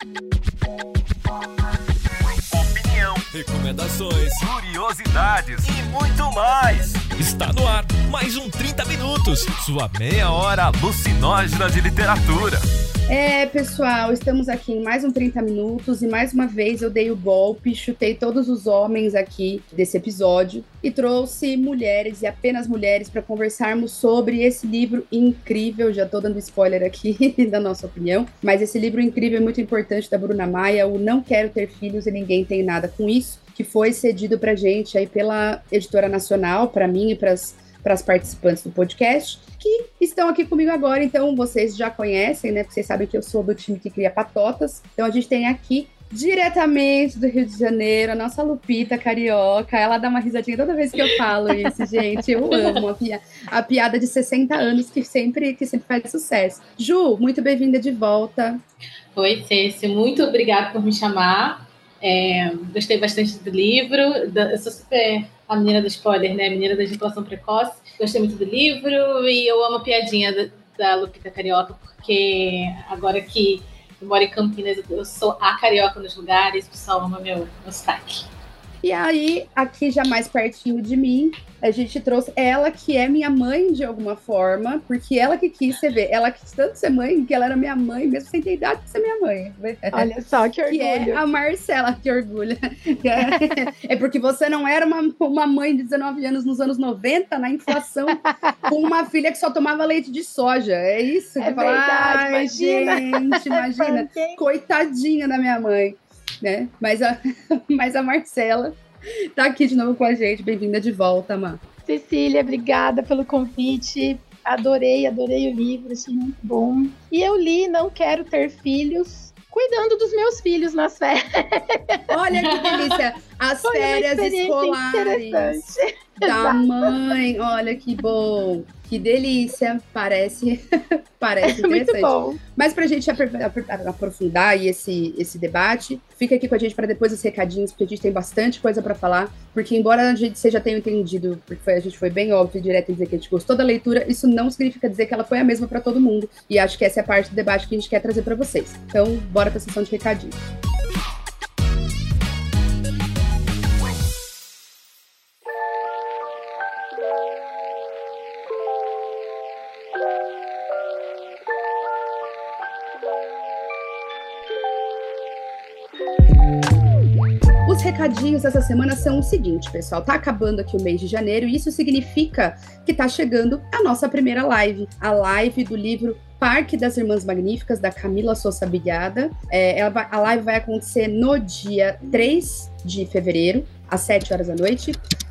Opinião, recomendações, curiosidades e muito mais. Está no ar mais um 30 Minutos, sua meia hora alucinógena de literatura. Pessoal, estamos aqui em mais um 30 Minutos e mais uma vez eu dei o golpe, chutei todos os homens aqui desse episódio e trouxe mulheres e apenas mulheres para conversarmos sobre esse livro incrível. Já tô dando spoiler aqui da nossa opinião, mas esse livro incrível e muito importante da Bruna Maia, o Não Quero Ter Filhos e Ninguém Tem Nada Com Isso, que foi cedido pra gente aí pela Editora Nacional, para mim e para as participantes do podcast, que estão aqui comigo agora. Então, vocês já conhecem, né? Porque vocês sabem que eu sou do time que cria patotas. Então, a gente tem aqui, diretamente do Rio de Janeiro, a nossa Lupita carioca. Ela dá uma risadinha toda vez que eu falo isso, gente. Eu amo a piada de 60 anos que sempre faz sucesso. Ju, muito bem-vinda de volta. Oi, Ceci. Muito obrigada por me chamar. Gostei bastante do livro. Eu sou super a menina do spoiler, né? A menina da ejaculação precoce. Gostei muito do livro e eu amo a piadinha da Lupita carioca, porque agora que eu moro em Campinas, eu sou a carioca nos lugares, o pessoal ama meu sotaque. E aí, aqui já mais pertinho de mim, a gente trouxe ela, que é minha mãe de alguma forma, porque ela que quis ser, ela quis tanto ser mãe, que ela era minha mãe, mesmo sem ter idade de ser minha mãe. Olha só, que orgulho. Que é a Marcela, que orgulho. É porque você não era uma mãe de 19 anos nos anos 90, na inflação, com uma filha que só tomava leite de soja. É isso? É verdade, imagina. Gente, imagina. Coitadinha da minha mãe. Né? Mas a Marcela tá aqui de novo com a gente. Bem-vinda de volta, Má. Cecília, obrigada pelo convite. Adorei o livro, achei muito bom. E eu li Não Quero Ter Filhos, cuidando dos meus filhos nas férias. Olha que delícia! As Foi férias escolares da mãe. Olha que bom! Que delícia! Parece interessante. Muito bom. Mas pra gente aprofundar aí esse debate, fica aqui com a gente para depois os recadinhos, porque a gente tem bastante coisa para falar. Porque embora você já tenha entendido, porque a gente foi bem óbvio e direto em dizer que a gente gostou da leitura, isso não significa dizer que ela foi a mesma para todo mundo. E acho que essa é a parte do debate que a gente quer trazer para vocês. Então, bora pra sessão de recadinhos. Os recadinhos dessa semana são o seguinte, pessoal. Tá acabando aqui o mês de janeiro e isso significa que tá chegando a nossa primeira live. A live do livro Parque das Irmãs Magníficas, da Camila Sousa Bilhada. A live vai acontecer no dia 3 de fevereiro, às 7 horas da noite.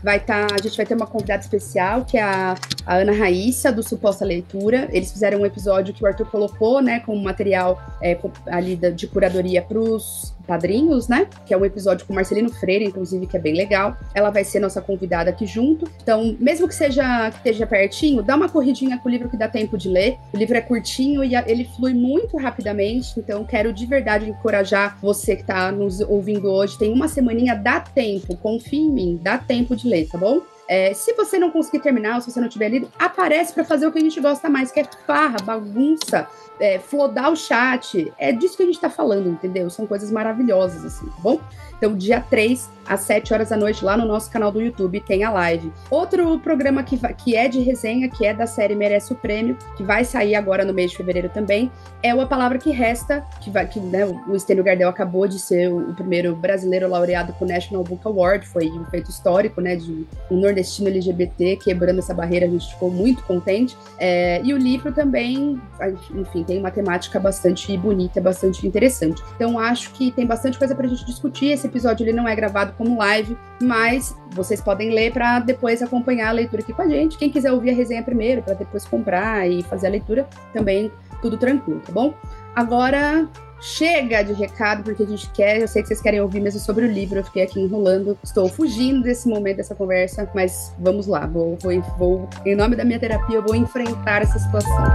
A gente vai ter uma convidada especial, que é a Ana Raíssa, do Suposta Leitura. Eles fizeram um episódio que o Arthur colocou, né, como material ali de curadoria pros padrinhos, né? Que é um episódio com o Marcelino Freire, inclusive, que é bem legal. Ela vai ser nossa convidada aqui junto. Então, mesmo que esteja pertinho, dá uma corridinha com o livro que dá tempo de ler. O livro é curtinho e ele flui muito rapidamente. Então, quero de verdade encorajar você que está nos ouvindo hoje. Tem uma semaninha, dá tempo. Confia em mim, dá tempo de ler, tá bom? Se você não conseguir terminar, ou se você não tiver lido, aparece para fazer o que a gente gosta mais, que é farra, bagunça, flodar o chat. É disso que a gente tá falando, entendeu? São coisas maravilhosas, assim, tá bom? Então, dia 3, às 7 horas da noite, lá no nosso canal do YouTube, tem a live. Outro programa que é de resenha, que é da série Merece o Prêmio, que vai sair agora no mês de fevereiro também, é o A Palavra que Resta, né, o Estênio Gardel acabou de ser o primeiro brasileiro laureado com o National Book Award. Foi um feito histórico, né, de um nordestino LGBT quebrando essa barreira. A gente ficou muito contente. E o livro também, enfim, tem uma temática bastante bonita, bastante interessante. Então, acho que tem bastante coisa pra gente discutir. Esse episódio ele não é gravado como live, mas vocês podem ler para depois acompanhar a leitura aqui com a gente. Quem quiser ouvir a resenha primeiro, para depois comprar e fazer a leitura, também tudo tranquilo, tá bom? Agora, chega de recado, porque a gente quer, eu sei que vocês querem ouvir mesmo sobre o livro, eu fiquei aqui enrolando, estou fugindo desse momento, dessa conversa, mas vamos lá, vou em nome da minha terapia, eu vou enfrentar essa situação.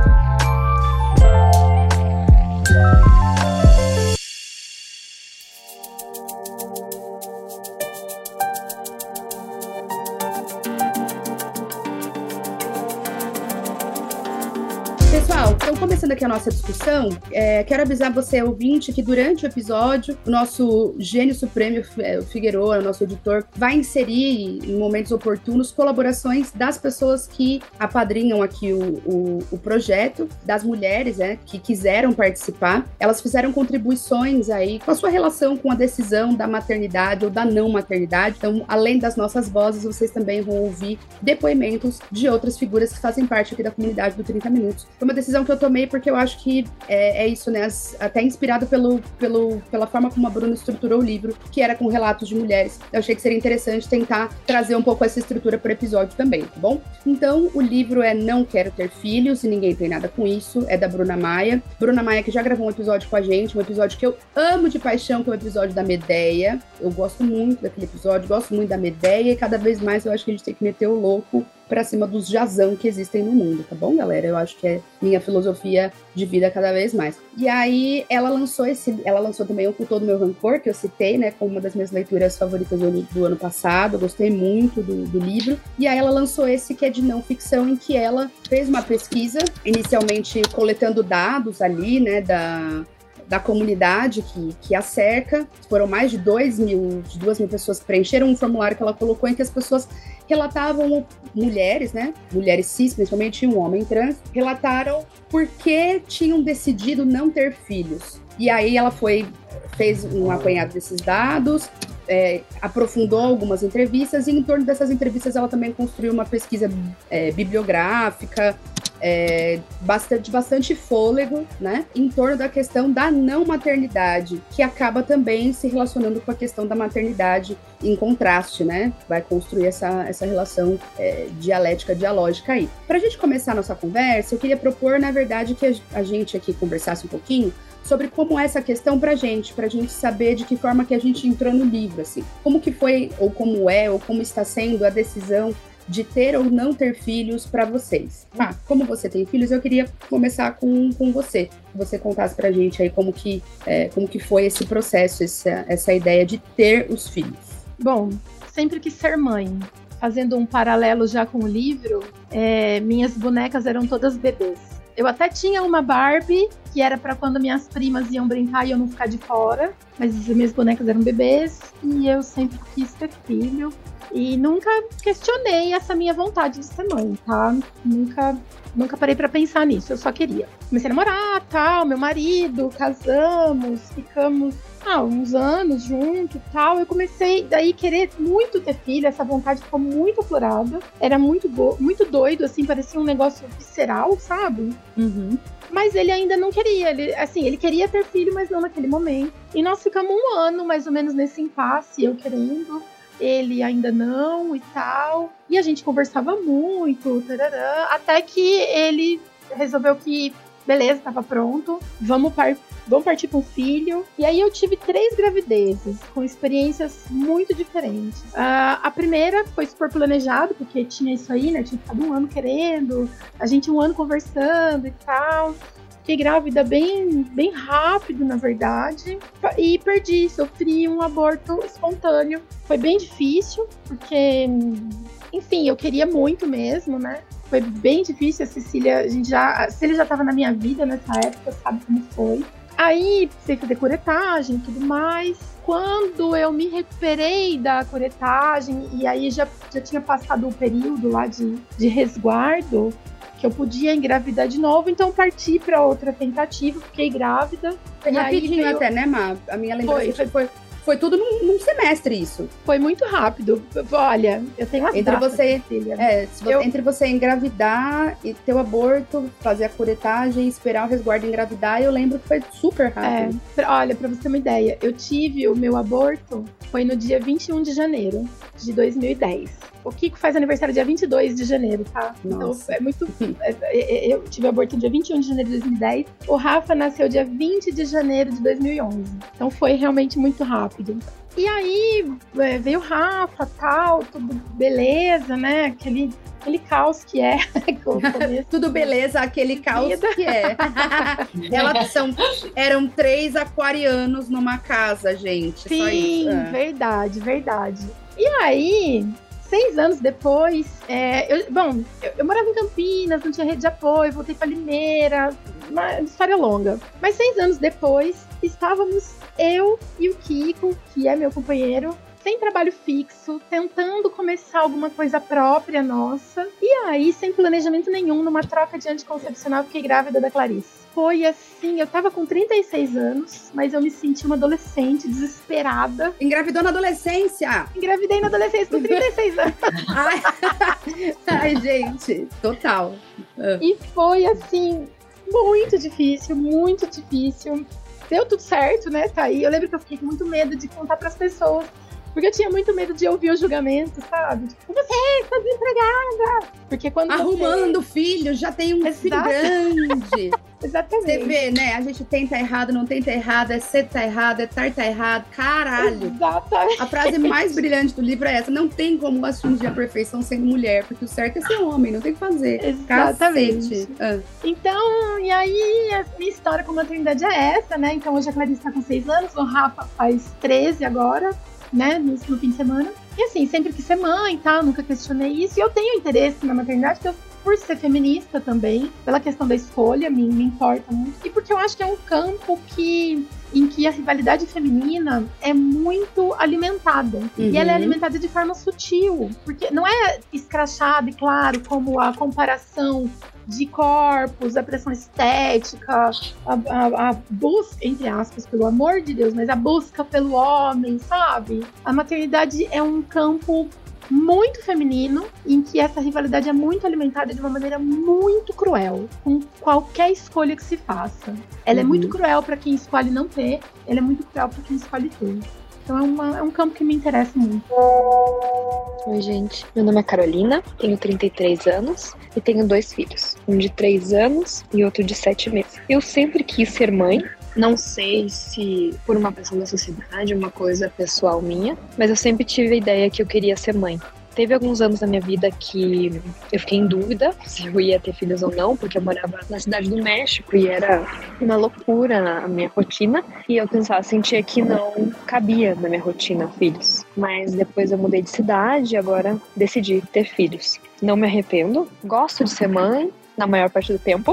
Pessoal, então começando aqui a nossa discussão, quero avisar você, ouvinte, que durante o episódio, o nosso gênio supremo, o Figueroa, o nosso editor, vai inserir, em momentos oportunos, colaborações das pessoas que apadrinham aqui o projeto, das mulheres, que quiseram participar. Elas fizeram contribuições aí com a sua relação com a decisão da maternidade ou da não maternidade. Então, além das nossas vozes, vocês também vão ouvir depoimentos de outras figuras que fazem parte aqui da comunidade do 30 Minutos. Foi uma decisão que eu tomei porque eu acho que é isso, né? Até inspirado pela forma como a Bruna estruturou o livro, que era com relatos de mulheres. Eu achei que seria interessante tentar trazer um pouco essa estrutura para o episódio também, tá bom? Então, o livro é Não Quero Ter Filhos, e ninguém tem nada com isso, é da Bruna Maia. Bruna Maia, que já gravou um episódio com a gente, um episódio que eu amo de paixão, que é o episódio da Medeia. Eu gosto muito daquele episódio, gosto muito da Medeia, e cada vez mais eu acho que a gente tem que meter o louco pra cima dos jazão que existem no mundo, tá bom, galera? Eu acho que é minha filosofia de vida cada vez mais. E aí, ela lançou também o Com Todo o Meu Rancor, que eu citei, né, como uma das minhas leituras favoritas do ano passado. Eu gostei muito do livro. E aí, ela lançou esse que é de não ficção, em que ela fez uma pesquisa, inicialmente coletando dados ali, né, da comunidade que a cerca. Foram mais de 2 mil pessoas que preencheram um formulário que ela colocou, em que as pessoas relatavam, mulheres, né? Mulheres cis, principalmente, um homem trans, relataram por que tinham decidido não ter filhos. E aí ela fez um apanhado desses dados, aprofundou algumas entrevistas, e em torno dessas entrevistas ela também construiu uma pesquisa bibliográfica, de bastante fôlego, né, em torno da questão da não maternidade, que acaba também se relacionando com a questão da maternidade em contraste, né, vai construir essa relação dialógica aí. Pra gente começar a nossa conversa, eu queria propor, na verdade, que a gente aqui conversasse um pouquinho sobre como é essa questão pra gente saber de que forma que a gente entrou no livro, assim, como que foi, ou como está sendo a decisão de ter ou não ter filhos para vocês. Como você tem filhos, eu queria começar com você. Que você contasse pra gente aí como que foi esse processo, essa ideia de ter os filhos. Bom, sempre quis ser mãe. Fazendo um paralelo já com o livro, minhas bonecas eram todas bebês. Eu até tinha uma Barbie, que era para quando minhas primas iam brincar e eu não ficar de fora. Mas as minhas bonecas eram bebês e eu sempre quis ter filho. E nunca questionei essa minha vontade de ser mãe, tá? Nunca parei pra pensar nisso, eu só queria. Comecei a namorar, tal, meu marido, casamos, ficamos uns anos juntos e tal. Eu comecei daí querer muito ter filho, essa vontade ficou muito aflorada. Era muito doido, assim, parecia um negócio visceral, sabe? Uhum. Mas ele ainda não queria, ele queria ter filho, mas não naquele momento. E nós ficamos 1 ano, mais ou menos, nesse impasse, eu querendo, ele ainda não e tal. E a gente conversava muito, tarará, até que ele resolveu que, beleza, tava pronto, vamos partir para um filho. E aí eu tive 3 gravidezes, com experiências muito diferentes. A primeira foi super planejado, porque tinha isso aí, né? Tinha ficado 1 ano querendo, a gente 1 ano conversando e tal. Fiquei grávida bem rápido, na verdade, e sofri um aborto espontâneo. Foi bem difícil, porque, enfim, eu queria muito mesmo, né? Foi bem difícil. A Cecília já estava na minha vida nessa época, sabe como foi. Aí, precisei fazer curetagem e tudo mais. Quando eu me recuperei da curetagem, e aí já tinha passado o período lá de resguardo, que eu podia engravidar de novo, então parti para outra tentativa, fiquei grávida. Foi rapidinho até, né, Má? A minha lembrança foi tudo num semestre isso. Foi muito rápido. Olha, eu tenho as datas, filha. Entre você engravidar e ter o aborto, fazer a curetagem, esperar o resguardo e engravidar, eu lembro que foi super rápido. Olha, pra você ter uma ideia, eu tive o meu aborto, foi no dia 21 de janeiro de 2010. O Kiko faz aniversário dia 22 de janeiro, tá? Nossa. Então é muito... eu tive aborto dia 21 de janeiro de 2010. O Rafa nasceu dia 20 de janeiro de 2011. Então foi realmente muito rápido. E aí veio o Rafa, tal, tudo beleza, né? Aquele caos que é. Tudo beleza, aquele caos que é. Eram 3 aquarianos numa casa, gente. Sim, só isso. Verdade. E aí, 6 anos depois, eu morava em Campinas, não tinha rede de apoio, voltei pra Limeira, uma história longa. Mas 6 anos depois, estávamos eu e o Kiko, que é meu companheiro, sem trabalho fixo, tentando começar alguma coisa própria nossa. E aí, sem planejamento nenhum, numa troca de anticoncepcional, fiquei grávida da Clarice. Foi assim, eu tava com 36 anos, mas eu me senti uma adolescente, desesperada. Engravidou na adolescência? Engravidei na adolescência com 36 anos. Ai, gente, total. E foi assim, muito difícil, muito difícil. Deu tudo certo, né? Tá aí. Eu lembro que eu fiquei com muito medo de contar pras pessoas. Porque eu tinha muito medo de ouvir o julgamento, sabe? Tipo, você está desempregada! Porque quando arrumando filho, já tem um filho grande. Exatamente. Você vê, né? A gente tenta errado, não tenta errado, é cedo tá errado, é tarde tá errado. Caralho! Exatamente. A frase mais brilhante do livro é essa. Não tem como atingir a perfeição sendo mulher, porque o certo é ser homem, não tem o que fazer. Exatamente. Então, e aí, a minha história com maternidade é essa, né? Então, hoje a Clarice tá com 6 anos, o Rafa faz 13 agora, né, no fim de semana. E assim, sempre quis ser mãe, tá? Nunca questionei isso. E eu tenho interesse na maternidade, por ser feminista também, pela questão da escolha, me importa muito. E porque eu acho que é um campo em que a rivalidade feminina é muito alimentada. E ela é alimentada de forma sutil. Porque não é escrachada e claro, como a comparação de corpos, a pressão estética, a busca, entre aspas, pelo amor de Deus, mas a busca pelo homem, sabe? A maternidade é um campo muito feminino, em que essa rivalidade é muito alimentada de uma maneira muito cruel, com qualquer escolha que se faça. Ela é muito cruel para quem escolhe não ter, ela é muito cruel para quem escolhe ter. Então é um campo que me interessa muito. Oi, gente. Meu nome é Carolina, tenho 33 anos e tenho 2 filhos. Um de 3 anos e outro de 7 meses. Eu sempre quis ser mãe. Não sei se por uma pressão da sociedade, uma coisa pessoal minha, mas eu sempre tive a ideia que eu queria ser mãe. Teve alguns anos na minha vida que eu fiquei em dúvida se eu ia ter filhos ou não, porque eu morava na cidade do México e era uma loucura a minha rotina. E eu sentia que não cabia na minha rotina filhos. Mas depois eu mudei de cidade e agora decidi ter filhos. Não me arrependo, gosto de ser mãe na maior parte do tempo,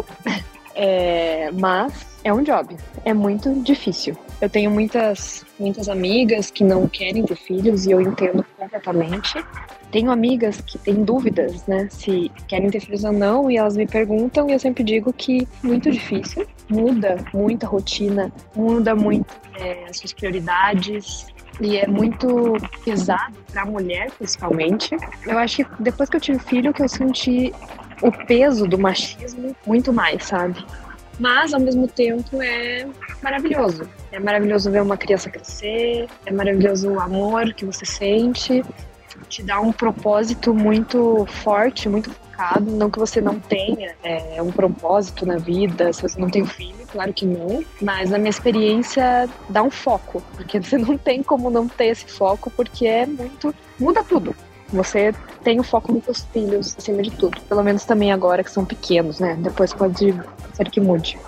mas é um job, é muito difícil. Eu tenho muitas amigas que não querem ter filhos e eu entendo completamente. Tenho amigas que têm dúvidas, né, se querem ter filhos ou não, e elas me perguntam e eu sempre digo que é muito difícil, muda muito a rotina, muda muito as suas prioridades e é muito pesado para a mulher, principalmente. Eu acho que depois que eu tive filho que eu senti o peso do machismo muito mais, sabe? Mas, ao mesmo tempo, é maravilhoso. É maravilhoso ver uma criança crescer, é maravilhoso o amor que você sente, te dá um propósito muito forte, muito focado. Não que você não tenha um propósito na vida, se você não tem filho, claro que não. Mas, na minha experiência, dá um foco, porque você não tem como não ter esse foco, porque muda tudo. Você tem o foco nos seus filhos, acima de tudo. Pelo menos também agora que são pequenos, né? Depois pode ser que mude.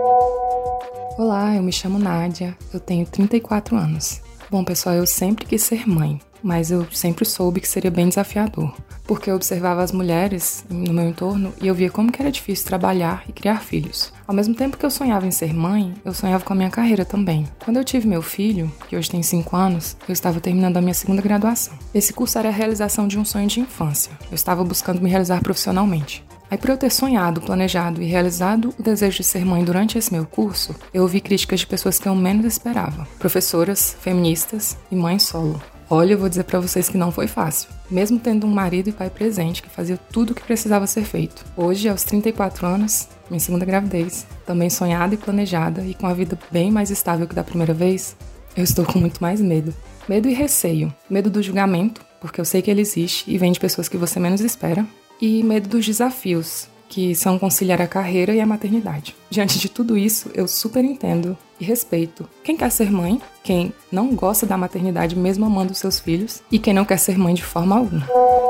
Olá, eu me chamo Nádia, eu tenho 34 anos. Bom, pessoal, eu sempre quis ser mãe, mas eu sempre soube que seria bem desafiador, porque eu observava as mulheres no meu entorno e eu via como que era difícil trabalhar e criar filhos. Ao mesmo tempo que eu sonhava em ser mãe, eu sonhava com a minha carreira também. Quando eu tive meu filho, que hoje tem 5 anos, eu estava terminando a minha 2ª graduação. Esse curso era a realização de um sonho de infância. Eu estava buscando me realizar profissionalmente. Aí, por eu ter sonhado, planejado e realizado o desejo de ser mãe durante esse meu curso, eu ouvi críticas de pessoas que eu menos esperava. Professoras, feministas e mães solo. Olha, eu vou dizer pra vocês que não foi fácil. Mesmo tendo um marido e pai presente que fazia tudo o que precisava ser feito. Hoje, aos 34 anos, minha 2ª gravidez, também sonhada e planejada e com a vida bem mais estável que da primeira vez, eu estou com muito mais medo. Medo e receio. Medo do julgamento, porque eu sei que ele existe e vem de pessoas que você menos espera. E medo dos desafios, que são conciliar a carreira e a maternidade. Diante de tudo isso, eu super entendo e respeito quem quer ser mãe, quem não gosta da maternidade mesmo amando seus filhos e quem não quer ser mãe de forma alguma.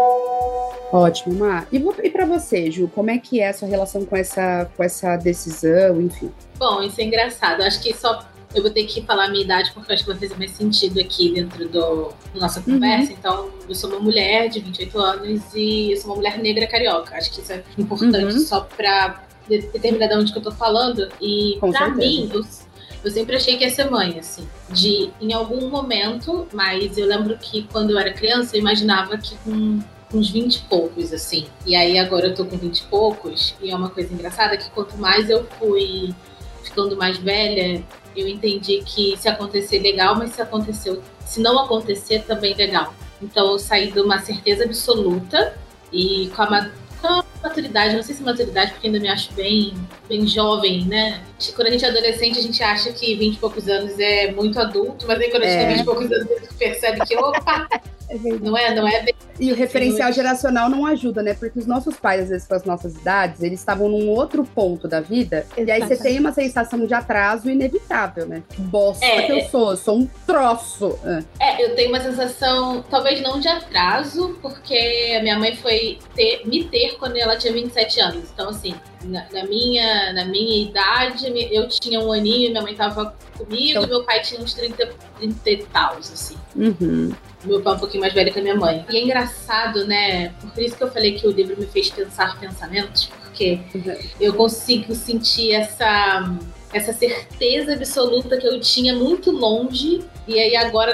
Ótimo, Má. E pra você, Ju, como é que é a sua relação com essa decisão, enfim? Bom, isso é engraçado. Acho que só eu vou ter que falar a minha idade, porque eu acho que vai fazer mais sentido aqui dentro da nossa conversa. Então, eu sou uma mulher de 28 anos e eu sou uma mulher negra carioca. Acho que isso é importante só pra determinar de onde que eu tô falando. E Com pra certeza. mim, eu sempre achei que ia ser mãe, assim, em algum momento, mas eu lembro que quando eu era criança, eu imaginava que com uns 20 e poucos, assim. E aí agora eu tô com 20 e poucos, e é uma coisa engraçada que quanto mais eu fui ficando mais velha, eu entendi que se acontecer, legal, mas se não acontecer, também legal. Então eu saí de uma certeza absoluta e com a maturidade, não sei se maturidade, porque ainda me acho bem jovem, né? Quando a gente é adolescente, a gente acha que 20 e poucos anos é muito adulto, mas aí quando a gente tem 20 e poucos anos, a gente percebe que, opa, não é bem. E o referencial geracional não ajuda, né? Porque os nossos pais, às vezes, com as nossas idades, eles estavam num outro ponto da vida. E aí você tem uma sensação de atraso inevitável, né? Bosta que eu sou um troço. Eu tenho uma sensação, talvez não de atraso, porque a minha mãe foi me ter quando ela tinha 27 anos. Então, assim, na minha idade, eu tinha 1 aninho, minha mãe tava comigo, então, meu pai tinha uns 30 e tal, assim. Meu pai é um pouquinho mais velho que a minha mãe. E é engraçado, né? Por isso que eu falei que o livro me fez pensar pensamentos, porque eu consigo sentir essa certeza absoluta que eu tinha muito longe. E aí agora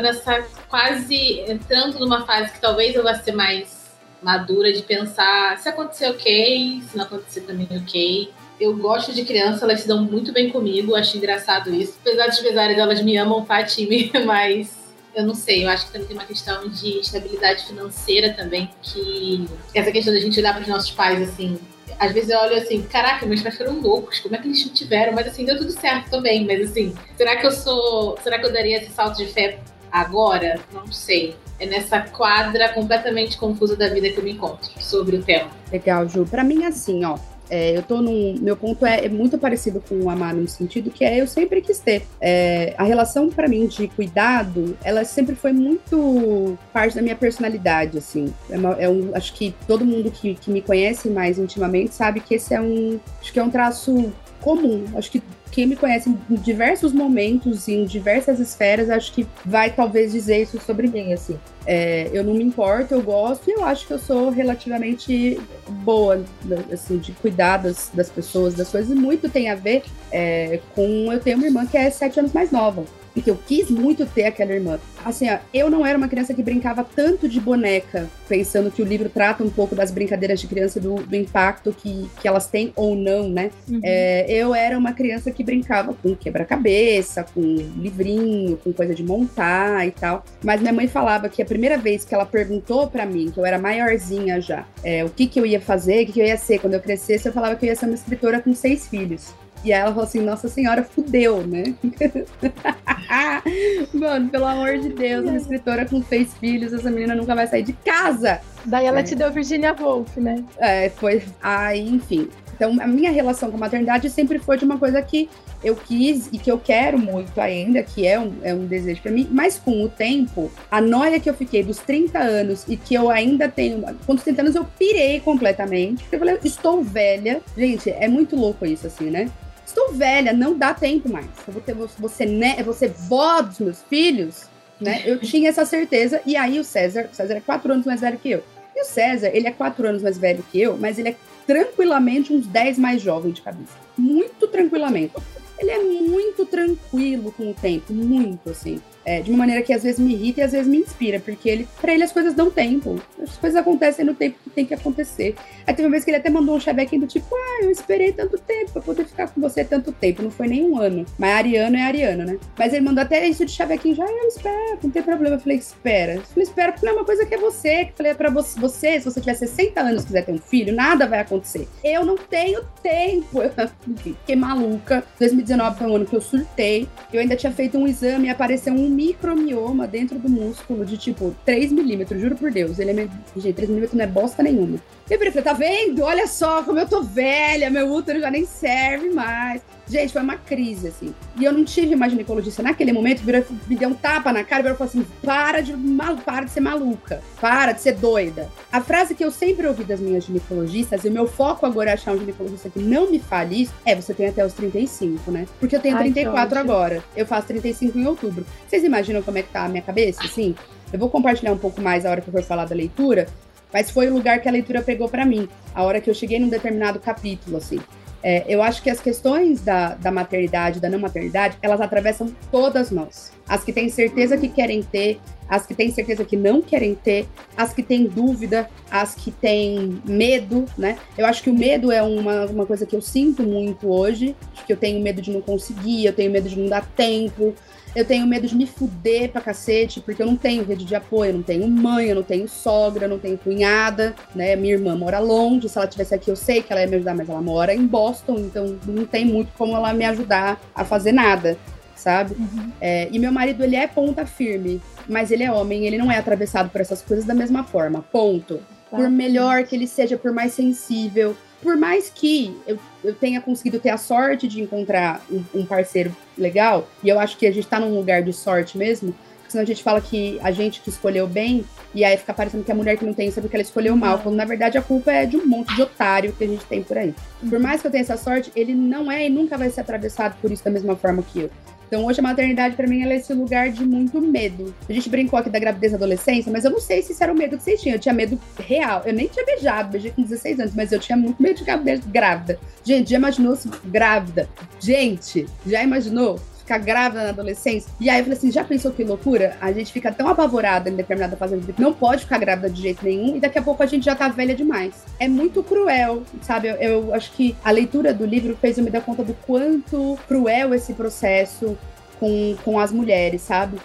quase entrando numa fase que talvez eu vá ser mais madura de pensar se acontecer ok, se não acontecer também ok. Eu gosto de criança, elas se dão muito bem comigo, acho engraçado isso. Apesar dos pesares, elas me amam, Fatime, mas eu não sei, eu acho que também tem uma questão de estabilidade financeira também, que essa questão da gente olhar para os nossos pais, assim, às vezes eu olho assim, caraca, meus pais foram loucos, como é que eles não tiveram? Mas assim, deu tudo certo também, mas assim, será que eu daria esse salto de fé agora? Não sei. É nessa quadra completamente confusa da vida que eu me encontro sobre o tema. Legal, Ju. Pra mim, assim, ó, eu tô meu ponto é muito parecido com o Amar no sentido que eu sempre quis ter. A relação pra mim de cuidado, ela sempre foi muito parte da minha personalidade, assim. Acho que todo mundo que me conhece mais intimamente sabe que esse acho que é um traço comum. Acho que quem me conhece em diversos momentos e em diversas esferas, acho que vai talvez dizer isso sobre mim, assim. Eu não me importo, eu gosto e eu acho que eu sou relativamente boa, assim, de cuidar das pessoas, das coisas. E muito tem a ver com... Eu tenho uma irmã que é 7 anos mais nova. E que eu quis muito ter aquela irmã. Assim, ó, eu não era uma criança que brincava tanto de boneca, pensando que o livro trata um pouco das brincadeiras de criança, do impacto que elas têm ou não, né? Eu era uma criança que brincava com quebra-cabeça, com livrinho, com coisa de montar e tal. Mas minha mãe falava que a primeira vez que ela perguntou pra mim, que eu era maiorzinha já, o que eu ia fazer, o que eu ia ser quando eu crescesse, eu falava que eu ia ser uma escritora com 6 filhos. E aí ela falou assim, nossa senhora, fudeu, né? Mano, pelo amor de Deus, uma escritora com 6 filhos, essa menina nunca vai sair de casa. Daí ela te deu Virginia Woolf, né? Foi. Aí, enfim. Então, a minha relação com a maternidade sempre foi de uma coisa que eu quis e que eu quero muito ainda, que é um desejo pra mim. Mas com o tempo, a noia que eu fiquei dos 30 anos e que eu ainda tenho... Com os 30 anos eu pirei completamente. Porque eu falei, estou velha. Gente, é muito louco isso, assim, né? Estou velha, não dá tempo mais. Eu vou ser vó dos meus filhos, né? Eu tinha essa certeza. E aí o César é 4 anos mais velho que eu. E o César, ele é 4 anos mais velho que eu, mas ele é tranquilamente uns 10 mais jovem de cabeça. Muito tranquilamente. Ele é muito tranquilo com o tempo, muito, assim. De uma maneira que às vezes me irrita e às vezes me inspira, porque pra ele as coisas dão tempo. As coisas acontecem no tempo que tem que acontecer. Aí teve uma vez que ele até mandou um chavequinho do tipo, eu esperei tanto tempo pra poder ficar com você tanto tempo. Não foi nem 1 ano. Mas Ariano é Ariano, né? Mas ele mandou até isso de chavequinho, já eu espero, não tem problema. Eu falei, espera. espera porque não é uma coisa que é você. Que eu falei, pra você, se você tiver 60 anos e quiser ter um filho, nada vai acontecer. Eu não tenho tempo. Enfim, fiquei maluca. 2019 foi um ano que eu surtei. Eu ainda tinha feito um exame e apareceu um micromioma dentro do músculo de tipo 3 milímetros, juro por Deus. Ele é Gente, 3 milímetros não é bosta nenhuma. Eu falei, tá vendo? Olha só como eu tô velha, meu útero já nem serve mais. Gente, foi uma crise, assim. E eu não tive uma ginecologista naquele momento, me deu um tapa na cara e falou assim, para de ser maluca, para de ser doida. A frase que eu sempre ouvi das minhas ginecologistas, e o meu foco agora é achar um ginecologista que não me fale isso, você tem até os 35, né? Porque eu tenho 34 agora. Eu faço 35 em outubro. Vocês imaginam como é que tá a minha cabeça, assim? Eu vou compartilhar um pouco mais a hora que eu for falar da leitura, mas foi o lugar que a leitura pegou pra mim. A hora que eu cheguei num determinado capítulo, assim. Eu acho que as questões da maternidade, da não maternidade, elas atravessam todas nós. As que têm certeza que querem ter, as que têm certeza que não querem ter, as que têm dúvida, as que têm medo, né? Eu acho que o medo é uma coisa que eu sinto muito hoje, que eu tenho medo de não conseguir, eu tenho medo de não dar tempo, eu tenho medo de me fuder pra cacete, porque eu não tenho rede de apoio, eu não tenho mãe, eu não tenho sogra, eu não tenho cunhada, né? Minha irmã mora longe, se ela estivesse aqui eu sei que ela ia me ajudar, mas ela mora em Boston, então não tem muito como ela me ajudar a fazer nada, sabe? E meu marido, ele é ponta firme, mas ele é homem, ele não é atravessado por essas coisas da mesma forma, ponto. Por melhor que ele seja, por mais sensível, por mais que eu tenha conseguido ter a sorte de encontrar um parceiro legal, e eu acho que a gente tá num lugar de sorte mesmo, senão a gente fala que a gente que escolheu bem, e aí fica parecendo que a mulher que não tem sabe que ela escolheu mal, quando na verdade a culpa é de um monte de otário que a gente tem por aí. Por mais que eu tenha essa sorte, ele não é e nunca vai ser atravessado por isso da mesma forma que eu. Então hoje a maternidade pra mim ela é esse lugar de muito medo. A gente brincou aqui da gravidez na adolescência, mas eu não sei se isso era o medo que vocês tinham. Eu tinha medo real. Eu nem tinha beijei com 16 anos, mas eu tinha muito medo de gravidez grávida. Gente, já imaginou se grávida? Gente, já imaginou ficar grávida na adolescência? E aí eu falei assim, já pensou que loucura? A gente fica tão apavorada em determinada fase da vida que não pode ficar grávida de jeito nenhum e daqui a pouco a gente já tá velha demais. É muito cruel, sabe? Eu acho que a leitura do livro fez eu me dar conta do quanto cruel esse processo com as mulheres, sabe?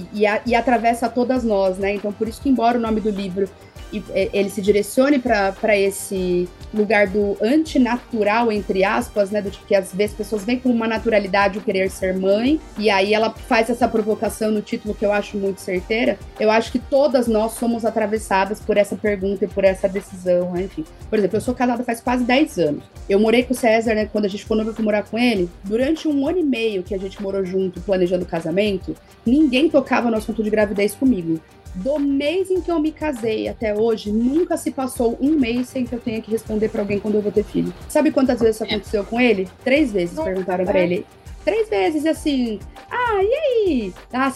E atravessa todas nós, né? Então, por isso que, embora o nome do livro ele se direcione para esse lugar do antinatural, entre aspas, né, do tipo que às vezes as pessoas vêm com uma naturalidade o querer ser mãe, e aí ela faz essa provocação no título que eu acho muito certeira. Eu acho que todas nós somos atravessadas por essa pergunta e por essa decisão, né? Enfim. Por exemplo, eu sou casada faz quase 10 anos. Eu morei com o César, né, quando a gente ficou noivo, eu fui morar com ele. Durante 1 ano e meio que a gente morou junto, planejando o casamento, ninguém tocava no assunto de gravidez comigo. Do mês em que eu me casei até hoje, nunca se passou 1 mês sem que eu tenha que responder pra alguém quando eu vou ter filho. Sabe quantas vezes isso aconteceu com ele? 3 vezes perguntaram pra ele. 3 vezes, assim, e aí?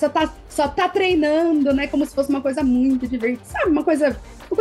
Só tá treinando, né? Como se fosse uma coisa muito divertida. Sabe, uma coisa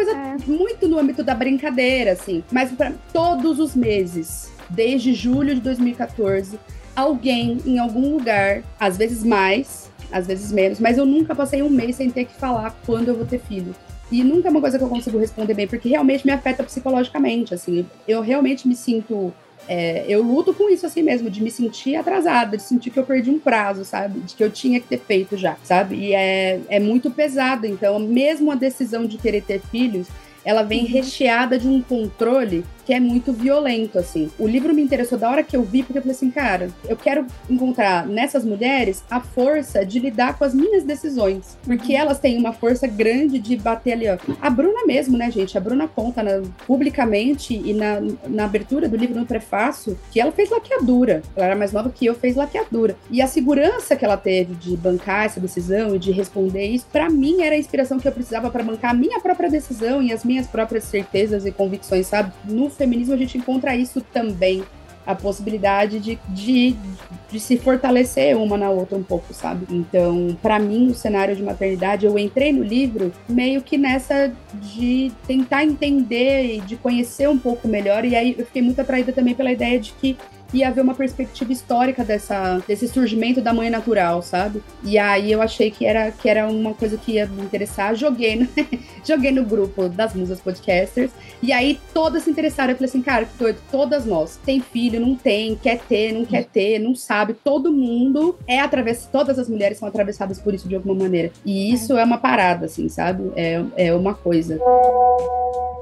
muito no âmbito da brincadeira, assim. Mas pra todos os meses, desde julho de 2014, alguém em algum lugar, às vezes mais, às vezes menos, mas eu nunca passei 1 mês sem ter que falar quando eu vou ter filho. E nunca é uma coisa que eu consigo responder bem, porque realmente me afeta psicologicamente, assim. Eu realmente me sinto... eu luto com isso assim mesmo, de me sentir atrasada, de sentir que eu perdi um prazo, sabe? De que eu tinha que ter feito já, sabe? E é muito pesado. Então, mesmo a decisão de querer ter filhos, ela vem recheada de um controle que é muito violento, assim. O livro me interessou da hora que eu vi, porque eu falei assim, cara, eu quero encontrar nessas mulheres a força de lidar com as minhas decisões. Porque elas têm uma força grande de bater ali, ó. A Bruna mesmo, né, gente? A Bruna conta publicamente e na abertura do livro, no prefácio, que ela fez laqueadura. Ela era mais nova que eu, fez laqueadura. E a segurança que ela teve de bancar essa decisão e de responder isso, pra mim, era a inspiração que eu precisava pra bancar a minha própria decisão e as minhas próprias certezas e convicções, sabe? No feminismo a gente encontra isso também, a possibilidade de se fortalecer uma na outra um pouco, sabe? Então, pra mim, o cenário de maternidade, eu entrei no livro meio que nessa de tentar entender e de conhecer um pouco melhor, e aí eu fiquei muito atraída também pela ideia de que ia haver uma perspectiva histórica desse surgimento da mãe natural, sabe? E aí eu achei que era uma coisa que ia me interessar. Joguei no grupo das Musas Podcasters, e aí todas se interessaram. Eu falei assim, cara, que doido, todas nós. Tem filho, não tem, quer ter, não quer ter, não sabe. Todo mundo todas as mulheres são atravessadas por isso de alguma maneira. E isso é uma parada, assim, sabe? É uma coisa.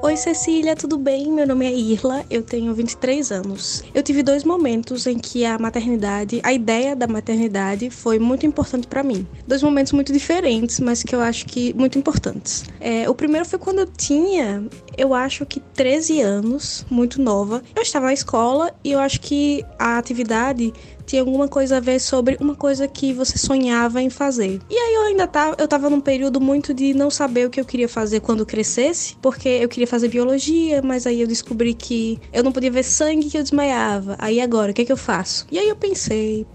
Oi Cecília, tudo bem? Meu nome é Irla, eu tenho 23 anos. Eu tive 2 momentos em que a ideia da maternidade foi muito importante pra mim. 2 momentos muito diferentes, mas que eu acho que muito importantes. O primeiro foi quando eu tinha, eu acho que 13 anos, muito nova. Eu estava na escola e eu acho que a atividade tinha alguma coisa a ver sobre uma coisa que você sonhava em fazer. E aí eu tava num período muito de não saber o que eu queria fazer quando crescesse, porque eu queria fazer biologia, mas aí eu descobri que eu não podia ver sangue, que eu desmaiava. Aí agora, o que é que eu faço? E aí eu pensei,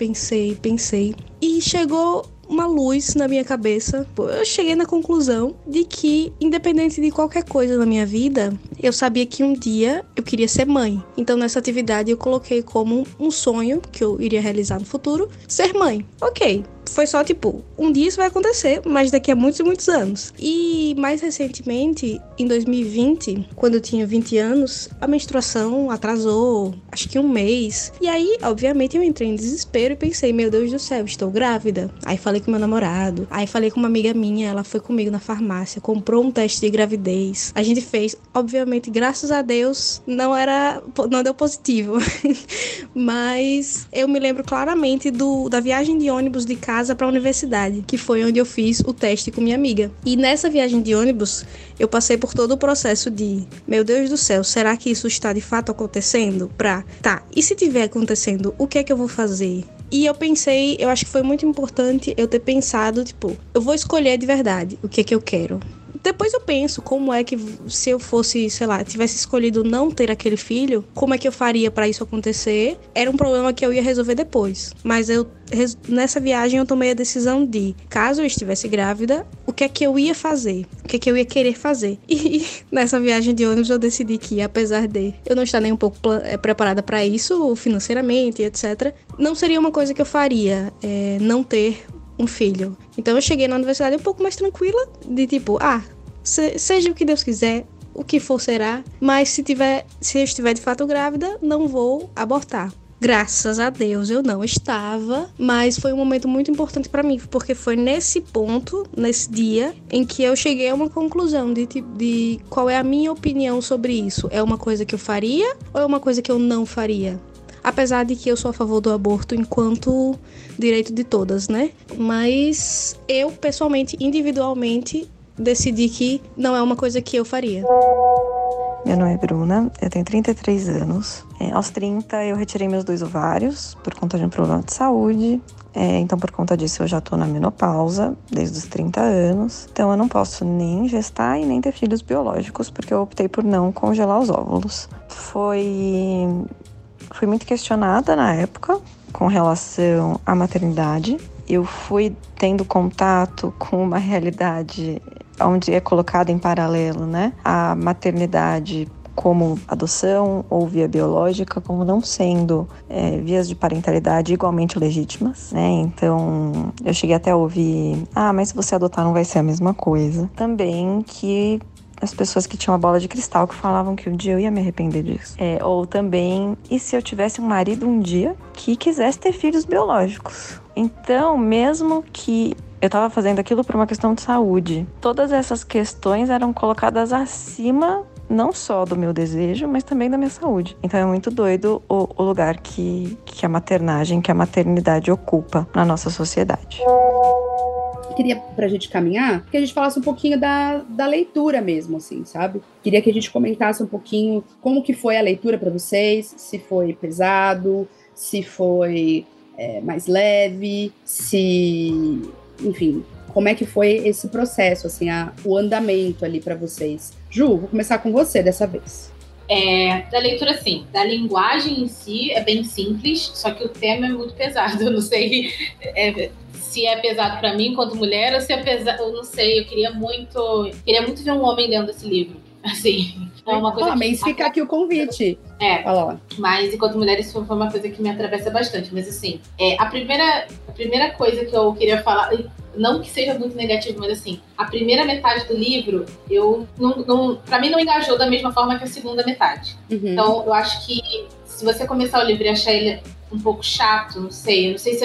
e chegou uma luz na minha cabeça. Eu cheguei na conclusão de que, independente de qualquer coisa na minha vida, eu sabia que um dia eu queria ser mãe. Então, nessa atividade, eu coloquei como um sonho que eu iria realizar no futuro, ser mãe. Ok. Foi só tipo, um dia isso vai acontecer, mas daqui a muitos e muitos anos. E mais recentemente, em 2020, quando eu tinha 20 anos, a menstruação atrasou, acho que um mês. E aí, obviamente, eu entrei em desespero e pensei, meu Deus do céu, estou grávida. Aí falei com meu namorado, aí falei com uma amiga minha, ela foi comigo na farmácia, comprou um teste de gravidez. A gente fez, obviamente, graças a Deus, não deu positivo. Mas eu me lembro claramente da viagem de ônibus de casa para a universidade, que foi onde eu fiz o teste com minha amiga. E nessa viagem de ônibus, eu passei por todo o processo de, meu Deus do céu, será que isso está de fato acontecendo? E se tiver acontecendo, o que é que eu vou fazer? E eu pensei, eu acho que foi muito importante eu ter pensado, tipo, eu vou escolher de verdade o que é que eu quero. Depois eu penso como é que, se eu fosse, sei lá, tivesse escolhido não ter aquele filho, como é que eu faria pra isso acontecer? Era um problema que eu ia resolver depois. Mas nessa viagem eu tomei a decisão de, caso eu estivesse grávida, o que é que eu ia fazer? O que é que eu ia querer fazer? E nessa viagem de ônibus eu decidi que, apesar de eu não estar nem um pouco preparada pra isso, financeiramente, etc., não seria uma coisa que eu faria, não ter um filho. Então eu cheguei na universidade um pouco mais tranquila, de tipo, seja o que Deus quiser, o que for será, mas se eu estiver de fato grávida, não vou abortar. Graças a Deus eu não estava, mas foi um momento muito importante pra mim, porque foi nesse ponto, nesse dia, em que eu cheguei a uma conclusão de qual é a minha opinião sobre isso. É uma coisa que eu faria ou é uma coisa que eu não faria? Apesar de que eu sou a favor do aborto enquanto direito de todas, né? Mas eu, pessoalmente, individualmente, decidi que não é uma coisa que eu faria. Meu nome é Bruna, eu tenho 33 anos. Aos 30 eu retirei meus 2 ovários por conta de um problema de saúde. Então por conta disso eu já tô na menopausa desde os 30 anos. Então eu não posso nem gestar e nem ter filhos biológicos porque eu optei por não congelar os óvulos. Fui muito questionada na época com relação à maternidade. Eu fui tendo contato com uma realidade onde é colocada em paralelo, né, a maternidade como adoção ou via biológica, como não sendo vias de parentalidade igualmente legítimas, né? Então eu cheguei até a ouvir, mas se você adotar não vai ser a mesma coisa. Também que as pessoas que tinham a bola de cristal que falavam que um dia eu ia me arrepender disso. Ou também, e se eu tivesse um marido um dia que quisesse ter filhos biológicos? Então, mesmo que eu estava fazendo aquilo por uma questão de saúde, todas essas questões eram colocadas acima não só do meu desejo, mas também da minha saúde. Então é muito doido o lugar que a maternagem, que a maternidade ocupa na nossa sociedade. Queria, pra gente caminhar, que a gente falasse um pouquinho da leitura mesmo, assim, sabe? Queria que a gente comentasse um pouquinho como que foi a leitura para vocês, se foi pesado, se foi mais leve, enfim, como é que foi esse processo, assim, o andamento ali para vocês. Ju, vou começar com você dessa vez. Da leitura, sim. Da linguagem em si é bem simples, só que o tema é muito pesado. Eu não sei se é pesado pra mim enquanto mulher ou se é pesado. Eu não sei. Eu queria muito ver um homem dentro desse livro. Assim. É uma coisa mas fica aqui o convite. Mas enquanto mulher isso foi uma coisa que me atravessa bastante. Mas assim, a primeira coisa que eu queria falar, não que seja muito negativo, mas assim, a primeira metade do livro, pra mim não engajou da mesma forma que a segunda metade. Uhum. Então, eu acho que se você começar o livro e achar ele um pouco chato, eu não sei se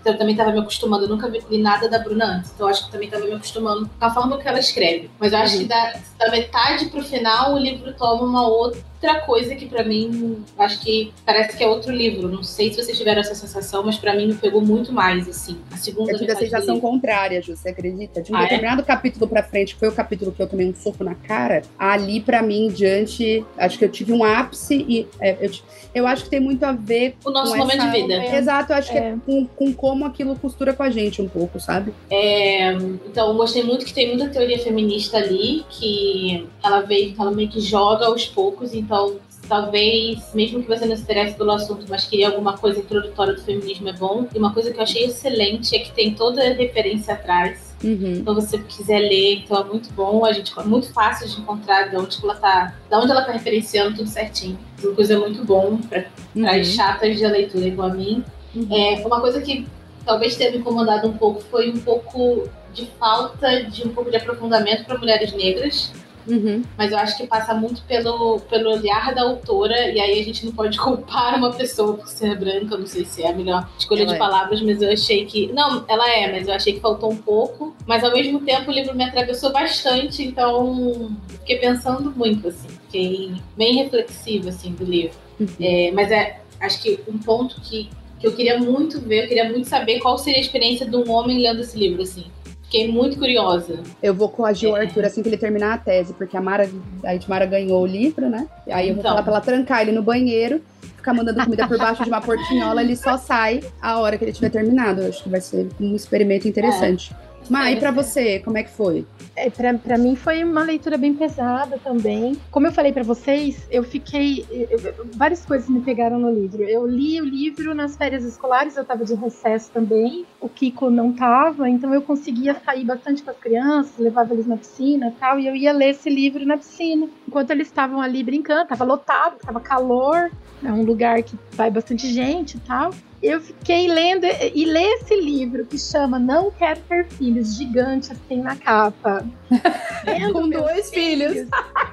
eu também estava me acostumando, eu nunca li nada da Bruna antes, então eu acho que também estava me acostumando com a forma que ela escreve. Mas eu acho que da metade pro final o livro toma uma outra coisa que pra mim, acho que parece que é outro livro. Não sei se vocês tiveram essa sensação, mas pra mim me pegou muito mais, assim. A segunda eu tive a sensação contrária, Ju, você acredita? De um determinado capítulo pra frente, que foi o capítulo que eu tomei um soco na cara, ali pra mim, diante, acho que eu tive um ápice e eu acho que tem muito a ver o nosso momento de vida. Exato, eu acho que é com como aquilo costura com a gente um pouco, sabe? Então, eu gostei muito que tem muita teoria feminista ali, que ela meio que joga aos poucos, então talvez, mesmo que você não se interesse pelo assunto, mas queria alguma coisa introdutória do feminismo, é bom. E uma coisa que eu achei excelente é que tem toda a referência atrás. Então, se você quiser ler, então é muito bom. É muito fácil de encontrar de onde ela tá referenciando tudo certinho. Uma coisa muito bom para as chatas de leitura igual a mim. Uma coisa que talvez tenha me incomodado um pouco foi um pouco de falta de um pouco de aprofundamento para mulheres negras. Mas eu acho que passa muito pelo olhar da autora, e aí a gente não pode culpar uma pessoa por ser branca. Não sei se é a melhor escolha de palavras, mas eu achei que... Não, ela mas eu achei que faltou um pouco, mas ao mesmo tempo o livro me atravessou bastante, então fiquei pensando muito, assim, fiquei bem reflexiva, assim, do livro. Mas acho que um ponto que eu queria muito ver, eu queria muito saber qual seria a experiência de um homem lendo esse livro, assim. Fiquei muito curiosa. Eu vou coagir o Arthur assim que ele terminar a tese, porque a Itmara ganhou o livro, né? Aí eu vou falar pra ela trancar ele no banheiro, ficar mandando comida por baixo de uma portinhola, ele só sai a hora que ele tiver terminado. Eu acho que vai ser um experimento interessante. Mas e pra você, como é que foi? Pra mim foi uma leitura bem pesada também. Como eu falei pra vocês, várias coisas me pegaram no livro. Eu li o livro nas férias escolares, eu tava de recesso também. O Kiko não tava, então eu conseguia sair bastante com as crianças, levava eles na piscina e tal, e eu ia ler esse livro na piscina. Enquanto eles estavam ali brincando, tava lotado, tava calor, é um lugar que vai bastante gente e tal. Eu fiquei lendo e ler esse livro que chama Não Quero Ter Filhos, gigante assim na capa. Com 2 filhos.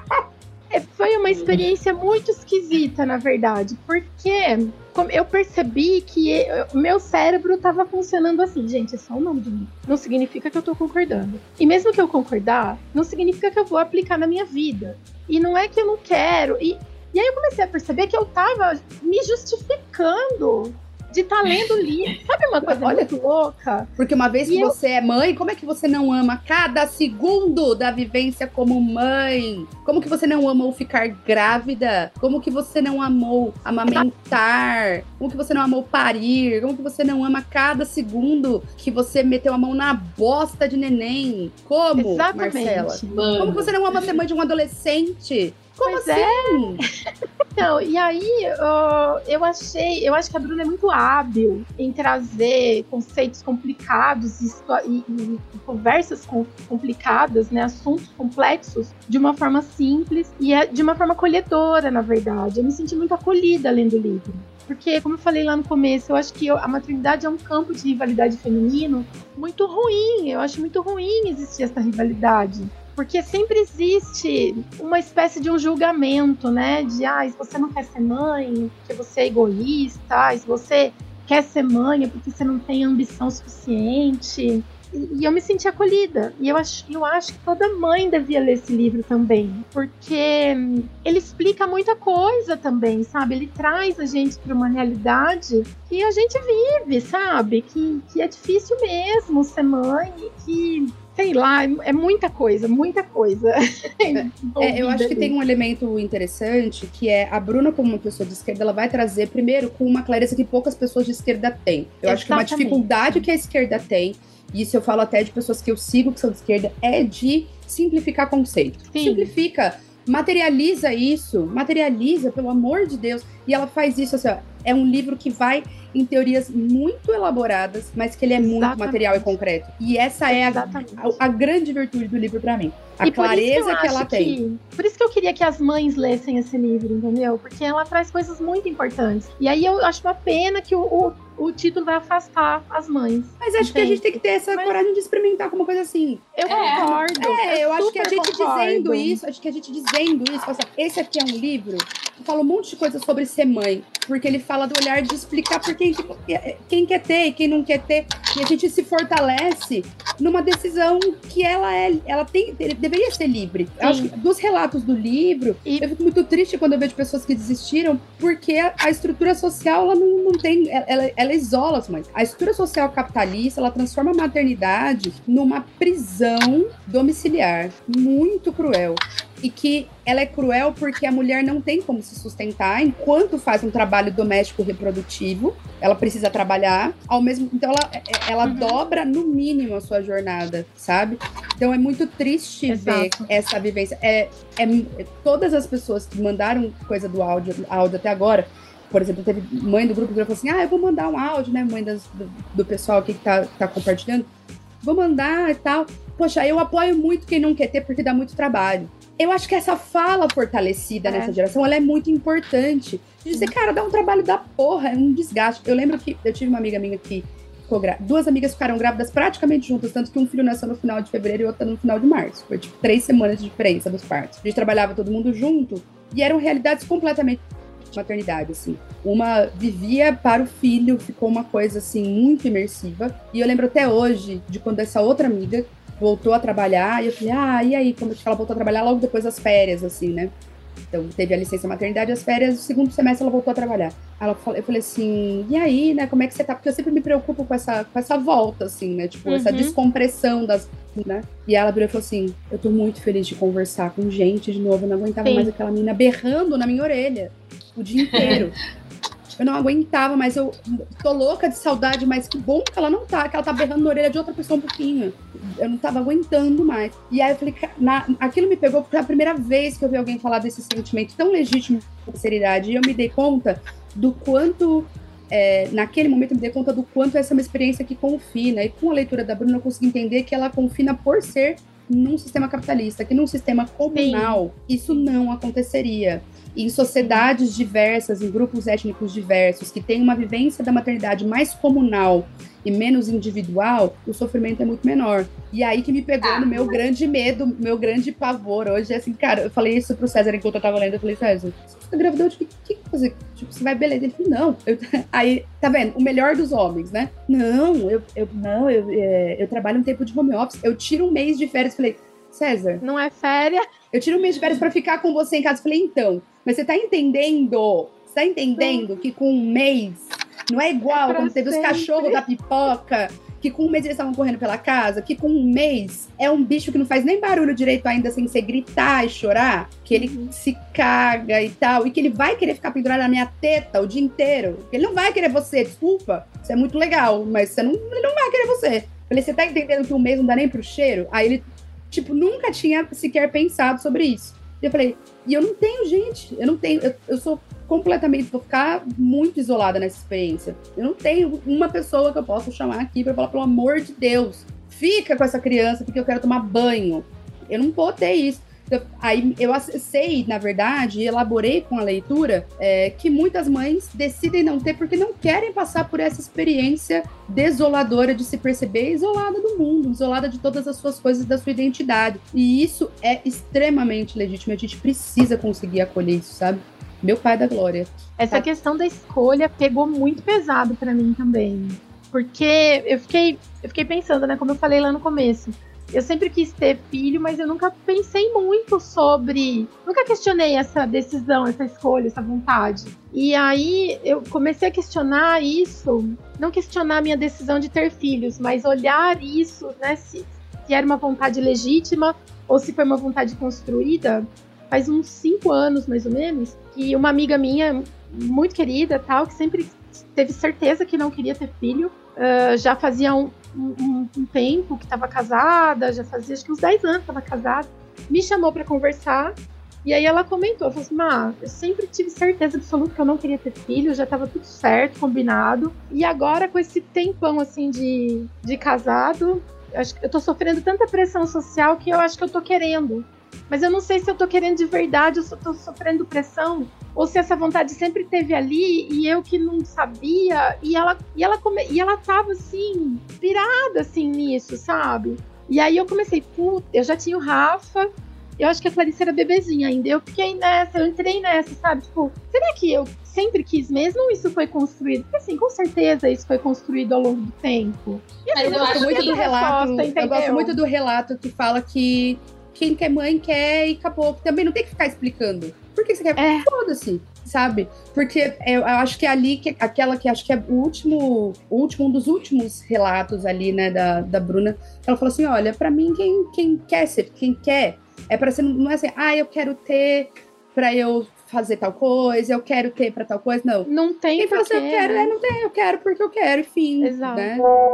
Foi uma experiência muito esquisita, na verdade, porque eu percebi que o meu cérebro estava funcionando assim. Gente, é só o nome de mim. Não significa que eu tô concordando. E mesmo que eu concordar, não significa que eu vou aplicar na minha vida. E não é que eu não quero. E aí eu comecei a perceber que eu tava me justificando de estar lendo livro. Sabe uma coisa muito louca? Porque uma vez que você é mãe, como é que você não ama cada segundo da vivência como mãe? Como que você não amou ficar grávida? Como que você não amou amamentar? Como que você não amou parir? Como que você não ama cada segundo que você meteu a mão na bosta de neném? Como, Marcela? Como que você não ama ser mãe de um adolescente? Como assim? Então, e aí eu acho que a Bruna é muito hábil em trazer conceitos complicados e conversas complicadas, né, assuntos complexos, de uma forma simples e de uma forma acolhedora, na verdade. Eu me senti muito acolhida lendo o livro. Porque, como eu falei lá no começo, eu acho que a maternidade é um campo de rivalidade feminino muito ruim. Eu acho muito ruim existir essa rivalidade. Porque sempre existe uma espécie de um julgamento, né? De, se você não quer ser mãe, porque você é egoísta. Se você quer ser mãe, é porque você não tem ambição suficiente. E eu me senti acolhida. E eu acho que toda mãe devia ler esse livro também. Porque ele explica muita coisa também, sabe? Ele traz a gente para uma realidade que a gente vive, sabe? Que é difícil mesmo ser mãe e que... Sei lá, é muita coisa. Eu acho que tem um elemento interessante, que é a Bruna, como uma pessoa de esquerda, ela vai trazer, primeiro, com uma clareza que poucas pessoas de esquerda têm. Eu acho que uma dificuldade que a esquerda tem, e isso eu falo até de pessoas que eu sigo que são de esquerda, é de simplificar conceitos. Sim. Simplifica, materializa, pelo amor de Deus. E ela faz isso assim, é um livro que vai em teorias muito elaboradas, mas que ele é muito material e concreto. E essa é a grande virtude do livro pra mim. A clareza que ela tem. Por isso que eu queria que as mães lessem esse livro, entendeu? Porque ela traz coisas muito importantes. E aí eu acho uma pena que o título vai afastar as mães. Mas acho que a gente tem que ter essa coragem de experimentar alguma coisa assim. Eu concordo. Eu acho que a gente dizendo isso, esse aqui é um livro que fala um monte de coisa sobre ser mãe. Porque ele fala do olhar de explicar por quem quer ter e quem não quer ter. E a gente se fortalece numa decisão que deveria ser livre. Acho que dos relatos do livro, eu fico muito triste quando eu vejo pessoas que desistiram, porque a estrutura social, ela não tem, ela isola as mães. A estrutura social capitalista, ela transforma a maternidade numa prisão domiciliar, muito cruel. E que ela é cruel porque a mulher não tem como se sustentar enquanto faz um trabalho doméstico reprodutivo. Ela precisa trabalhar, então ela dobra no mínimo a sua jornada, sabe? Então é muito triste ver essa vivência. Todas as pessoas que mandaram coisa do áudio até agora, por exemplo, teve mãe do grupo que falou assim, eu vou mandar um áudio, né, mãe do pessoal aqui que tá compartilhando, vou mandar e tal. Poxa, eu apoio muito quem não quer ter porque dá muito trabalho. Eu acho que essa fala fortalecida nessa geração, ela é muito importante. De dizer, cara, dá um trabalho da porra, é um desgaste. Eu lembro que eu tive uma amiga minha que ficou grávida. 2 amigas ficaram grávidas praticamente juntas, tanto que um filho nasceu no final de fevereiro e outro no final de março. Foi 3 semanas de diferença dos partos. A gente trabalhava todo mundo junto e eram realidades completamente de maternidade, assim. Uma vivia para o filho, ficou uma coisa, assim, muito imersiva. E eu lembro até hoje de quando essa outra amiga voltou a trabalhar, e eu falei, e aí, como é que ela voltou a trabalhar logo depois das férias, assim, né? Então, teve a licença maternidade, as férias, no segundo semestre ela voltou a trabalhar. Eu falei assim, e aí, né, como é que você tá? Porque eu sempre me preocupo com essa volta, assim, né? Tipo, essa descompressão né? E ela virou e falou assim, eu tô muito feliz de conversar com gente de novo, eu não aguentava mais aquela menina berrando na minha orelha o dia inteiro. Eu não aguentava, mas eu tô louca de saudade, mas que bom que ela não tá, que ela tá berrando na orelha de outra pessoa um pouquinho. Eu não tava aguentando mais. E aí eu falei, aquilo me pegou porque é a primeira vez que eu vi alguém falar desse sentimento tão legítimo com seriedade. E eu me dei conta do quanto, naquele momento eu me dei conta do quanto essa é uma experiência que confina. E com a leitura da Bruna eu consegui entender que ela confina por ser num sistema capitalista, que num sistema comunal isso não aconteceria. Em sociedades diversas, em grupos étnicos diversos, que têm uma vivência da maternidade mais comunal e menos individual, o sofrimento é muito menor. E aí que me pegou no meu grande medo, meu grande pavor. Hoje, assim, cara, eu falei isso pro César enquanto eu tava lendo, eu falei, César, você fica grávida hoje, o que fazer? Tipo, você vai, beleza? Ele falou, não. Aí, tá vendo? O melhor dos homens, né? Não, eu trabalho um tempo de home office, eu tiro um mês de férias. Falei, César, não é férias? Eu tiro um mês de férias pra ficar com você em casa. Falei, então, mas você tá entendendo? Você tá entendendo que com um mês não é igual quando teve os cachorros da pipoca, que com um mês eles estavam correndo pela casa, que com um mês é um bicho que não faz nem barulho direito ainda, sem ser gritar e chorar, que ele se caga e tal, e que ele vai querer ficar pendurado na minha teta o dia inteiro. Ele não vai querer você, desculpa, isso é muito legal, mas ele não vai querer você. Falei, você tá entendendo que um mês não dá nem pro cheiro? Aí ele, tipo, nunca tinha sequer pensado sobre isso. E eu falei, e eu não tenho, gente, eu sou completamente, vou ficar muito isolada nessa experiência. Eu não tenho uma pessoa que eu possa chamar aqui pra falar, pelo amor de Deus, fica com essa criança porque eu quero tomar banho. Eu não vou ter isso. Aí eu acessei, na verdade, e elaborei com a leitura que muitas mães decidem não ter porque não querem passar por essa experiência desoladora de se perceber isolada do mundo, isolada de todas as suas coisas, da sua identidade. E isso é extremamente legítimo, a gente precisa conseguir acolher isso, sabe? Meu pai da glória. Essa questão da escolha pegou muito pesado pra mim também. Porque eu fiquei pensando, né, como eu falei lá no começo, eu sempre quis ter filho, mas eu nunca pensei muito sobre... Nunca questionei essa decisão, essa escolha, essa vontade. E aí eu comecei a questionar isso, não questionar a minha decisão de ter filhos, mas olhar isso, né, se era uma vontade legítima ou se foi uma vontade construída. Faz uns 5 anos, mais ou menos, que uma amiga minha, muito querida, tal, que sempre teve certeza que não queria ter filho, já fazia um tempo que estava casada, já fazia acho que uns 10 anos que estava casada, me chamou para conversar, e aí ela comentou, falou assim, eu sempre tive certeza absoluta que eu não queria ter filho, já estava tudo certo, combinado, e agora com esse tempão assim de casado, acho que eu tô sofrendo tanta pressão social que eu acho que eu tô querendo. Mas eu não sei se eu tô querendo de verdade ou se eu tô sofrendo pressão, ou se essa vontade sempre esteve ali e eu que não sabia, e ela tava assim, pirada assim nisso, sabe? E aí eu comecei, eu já tinha o Rafa, Eu acho que a Clarice era bebezinha ainda. Eu fiquei nessa, eu entrei nessa, sabe? Tipo, será que eu sempre quis mesmo ou isso foi construído? Porque assim, com certeza isso foi construído ao longo do tempo. E Mas assim, eu acho muito que do relato, resposta, eu gosto entendeu? muito do relato que fala que quem quer mãe quer e acabou. Também não tem que ficar explicando. Por que você quer? Foda-se, sabe? Porque eu acho que é ali, aquela que acho que é um dos últimos relatos ali, né, da Bruna, ela falou assim, olha, pra mim quem quer, é pra ser, não é assim, eu quero ter pra eu fazer tal coisa, eu quero ter pra tal coisa, não. Não tem. Quem fala assim, eu quero, não tem, eu quero porque eu quero, enfim. Exato. Né?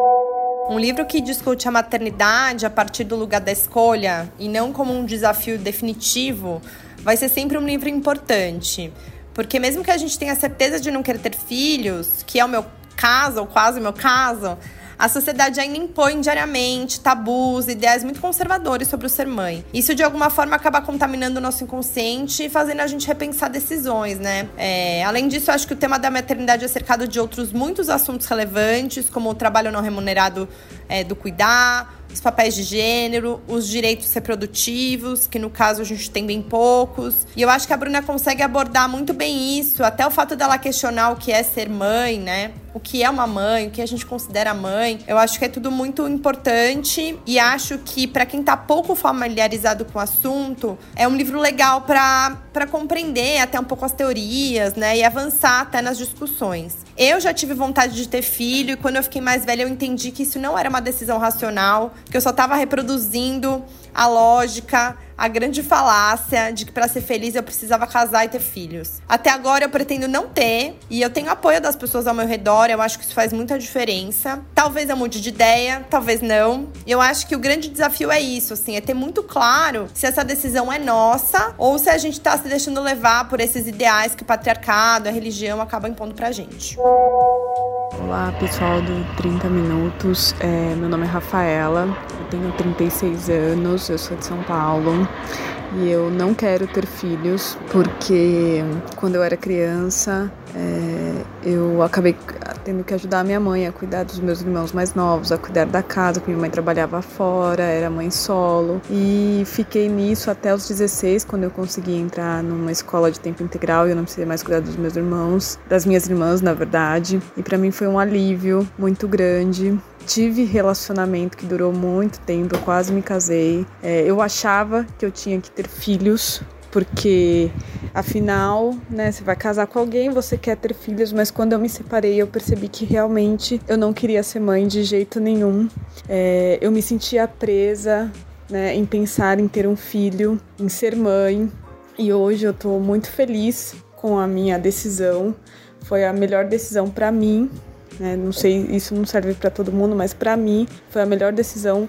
Um livro que discute a maternidade a partir do lugar da escolha e não como um desafio definitivo vai ser sempre um livro importante. Porque mesmo que a gente tenha certeza de não querer ter filhos, que é o meu caso, ou quase o meu caso, a sociedade ainda impõe diariamente tabus, ideais muito conservadores sobre o ser mãe. Isso, de alguma forma, acaba contaminando o nosso inconsciente e fazendo a gente repensar decisões, né? Além disso, eu acho que o tema da maternidade é cercado de outros muitos assuntos relevantes, como o trabalho não remunerado do cuidar, os papéis de gênero, os direitos reprodutivos, que no caso a gente tem bem poucos. E eu acho que a Bruna consegue abordar muito bem isso, até o fato dela questionar o que é ser mãe, né? O que é uma mãe, o que a gente considera mãe. Eu acho que é tudo muito importante e acho que para quem tá pouco familiarizado com o assunto, é um livro legal para compreender até um pouco as teorias, né? E avançar até nas discussões. Eu já tive vontade de ter filho e quando eu fiquei mais velha eu entendi que isso não era uma decisão racional, que eu só estava reproduzindo a lógica, a grande falácia de que para ser feliz eu precisava casar e ter filhos. Até agora eu pretendo não ter e eu tenho apoio das pessoas ao meu redor, eu acho que isso faz muita diferença. Talvez eu mude de ideia, talvez não. Eu acho que o grande desafio é isso, assim, é ter muito claro se essa decisão é nossa ou se a gente tá se deixando levar por esses ideais que o patriarcado, a religião acabam impondo pra gente. Olá, pessoal do 30 Minutos. Meu nome é Rafaela, eu tenho 36 anos, eu sou de São Paulo e eu não quero ter filhos porque quando eu era criança eu acabei tendo que ajudar a minha mãe a cuidar dos meus irmãos mais novos, a cuidar da casa, porque minha mãe trabalhava fora, era mãe solo e fiquei nisso até os 16, quando eu consegui entrar numa escola de tempo integral e eu não precisei mais cuidar dos meus irmãos, das minhas irmãs, na verdade, e pra mim foi um alívio muito grande. Tive relacionamento que durou muito tempo, eu quase me casei. Eu achava que eu tinha que ter filhos, porque afinal, né, você vai casar com alguém, você quer ter filhos, mas quando eu me separei eu percebi que realmente eu não queria ser mãe de jeito nenhum. Eu me sentia presa, né, em pensar em ter um filho, em ser mãe, e hoje eu tô muito feliz com a minha decisão. Foi a melhor decisão para mim, né? Não sei, isso não serve para todo mundo, mas para mim foi a melhor decisão,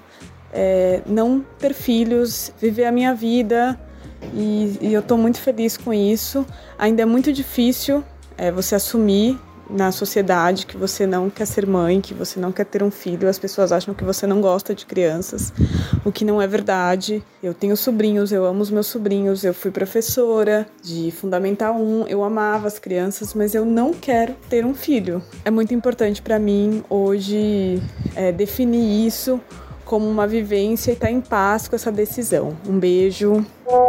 não ter filhos, viver a minha vida. E eu tô muito feliz com isso. Ainda é muito difícil você assumir na sociedade que você não quer ser mãe, que você não quer ter um filho. As pessoas acham que você não gosta de crianças, o que não é verdade. Eu tenho sobrinhos, eu amo os meus sobrinhos, eu fui professora de Fundamental 1, eu amava as crianças, mas eu não quero ter um filho. É muito importante para mim hoje definir isso como uma vivência e estar em paz com essa decisão. Um beijo.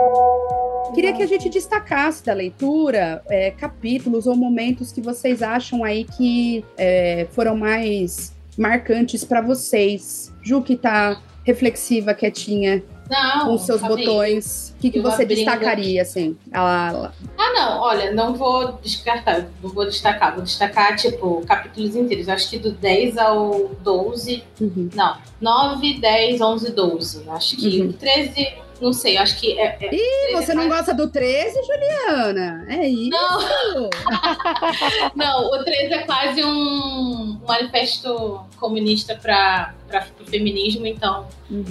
Queria que a gente destacasse da leitura capítulos ou momentos que vocês acham aí que foram mais marcantes para vocês. Ju, que tá reflexiva, quietinha, com os seus botões. O que você destacaria, assim? Não, olha, não vou destacar, vou destacar, tipo, capítulos inteiros. Acho que do 10 ao 12, não, 9, 10, 11, 12. Acho que o 13... Não sei, acho que Ih, você não gosta do 13, Juliana? É isso? Não, não, o 13 é quase um manifesto comunista para o feminismo, então eu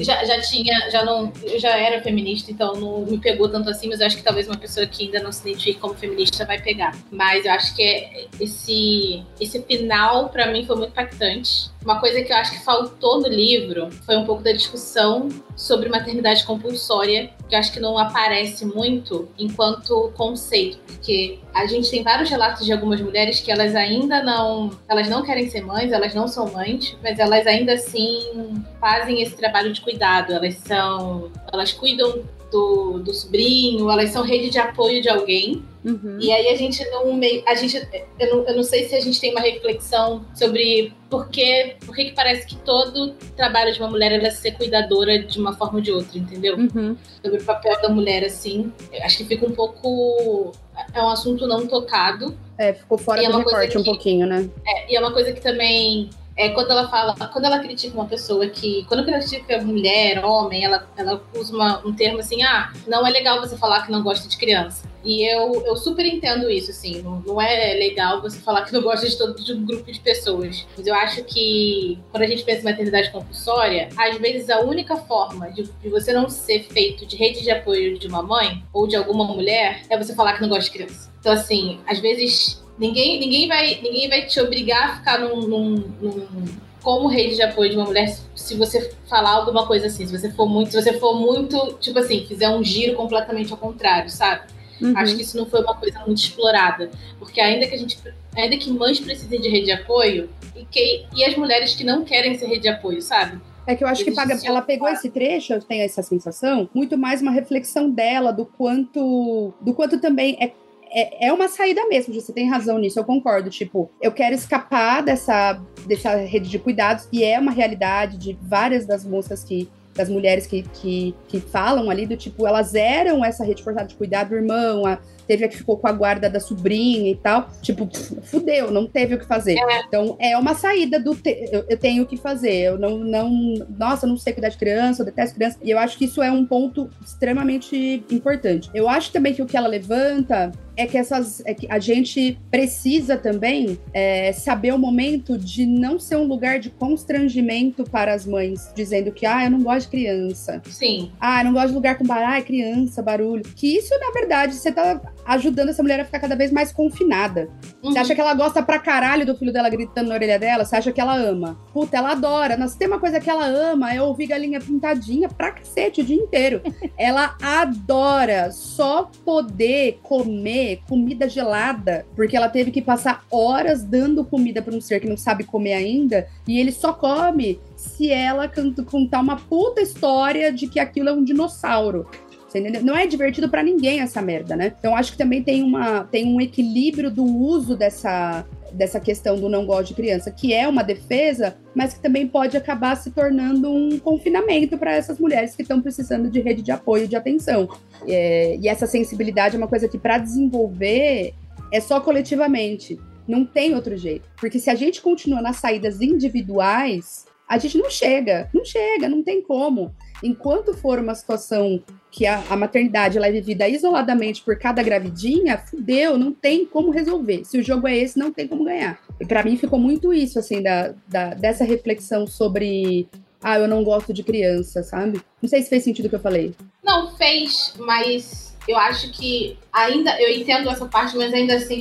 já era feminista, então não me pegou tanto assim, mas eu acho que talvez uma pessoa que ainda não se identifique como feminista vai pegar. Mas eu acho que esse final, para mim, foi muito impactante. Uma coisa que eu acho que faltou no livro foi um pouco da discussão sobre maternidade compulsória, que eu acho que não aparece muito enquanto conceito, porque a gente tem vários relatos de algumas mulheres que elas não querem ser mães, elas não são mães, mas elas ainda assim fazem esse trabalho de cuidado, elas cuidam do sobrinho, elas são rede de apoio de alguém. Uhum. E aí eu não sei se a gente tem uma reflexão sobre por que parece que todo trabalho de uma mulher é ser cuidadora de uma forma ou de outra, entendeu? Uhum. Sobre o papel da mulher, assim. Eu acho que fica um pouco... É um assunto não tocado. Ficou fora do recorte um pouquinho, né? E é uma coisa que também... quando ela critica uma pessoa quando ela critica mulher, homem, ela usa um termo assim, não é legal você falar que não gosta de criança. E eu super entendo isso, assim, não é legal você falar que não gosta de um grupo de pessoas. Mas eu acho que, quando a gente pensa em maternidade compulsória, às vezes a única forma de você não ser feito de rede de apoio de uma mãe ou de alguma mulher é você falar que não gosta de criança. Então, assim, às vezes... Ninguém vai te obrigar a ficar como rede de apoio de uma mulher se você falar alguma coisa assim. Se você for muito, tipo assim, fizer um giro completamente ao contrário, sabe? Uhum. Acho que isso não foi uma coisa muito explorada. Porque ainda que mães precisem de rede de apoio, e as mulheres que não querem ser rede de apoio, sabe? É que eu acho que ela pegou esse trecho, eu tenho essa sensação, muito mais uma reflexão dela do quanto também é uma saída mesmo, você tem razão nisso, eu concordo. Tipo, eu quero escapar dessa rede de cuidados, e é uma realidade de várias das mulheres que falam ali, do tipo, elas eram essa rede forçada de cuidado, o irmão, teve a que ficou com a guarda da sobrinha e tal, tipo, fudeu, não teve o que fazer. Então, é uma saída eu tenho o que fazer, eu nossa, eu não sei cuidar de criança, eu detesto criança, e eu acho que isso é um ponto extremamente importante. Eu acho também que o que ela levanta é que a gente precisa também saber o momento de não ser um lugar de constrangimento para as mães, dizendo que, eu não gosto de criança. Sim. Eu não gosto de lugar com barulho, criança, barulho. Que isso, na verdade, você tá ajudando essa mulher a ficar cada vez mais confinada. Uhum. Você acha que ela gosta pra caralho do filho dela gritando na orelha dela? Você acha que ela ama? Puta, ela adora. Mas tem uma coisa que ela ama, é ouvir galinha pintadinha pra cacete o dia inteiro. Ela adora só poder comer comida gelada, porque ela teve que passar horas dando comida pra um ser que não sabe comer ainda, e ele só come se ela contar uma puta história de que aquilo é um dinossauro. Você entendeu? Não é divertido pra ninguém essa merda, né? Então acho que também tem um equilíbrio do uso dessa questão do não gosto de criança, que é uma defesa, mas que também pode acabar se tornando um confinamento para essas mulheres que estão precisando de rede de apoio e de atenção. E essa sensibilidade é uma coisa que, para desenvolver, é só coletivamente. Não tem outro jeito. Porque se a gente continua nas saídas individuais, a gente não chega, não tem como. Enquanto for uma situação que a maternidade ela é vivida isoladamente por cada gravidinha, fudeu, não tem como resolver. Se o jogo é esse, não tem como ganhar. E pra mim ficou muito isso, assim, dessa reflexão sobre... eu não gosto de criança, sabe? Não sei se fez sentido o que eu falei. Não, fez, mas eu acho que eu entendo essa parte, mas ainda assim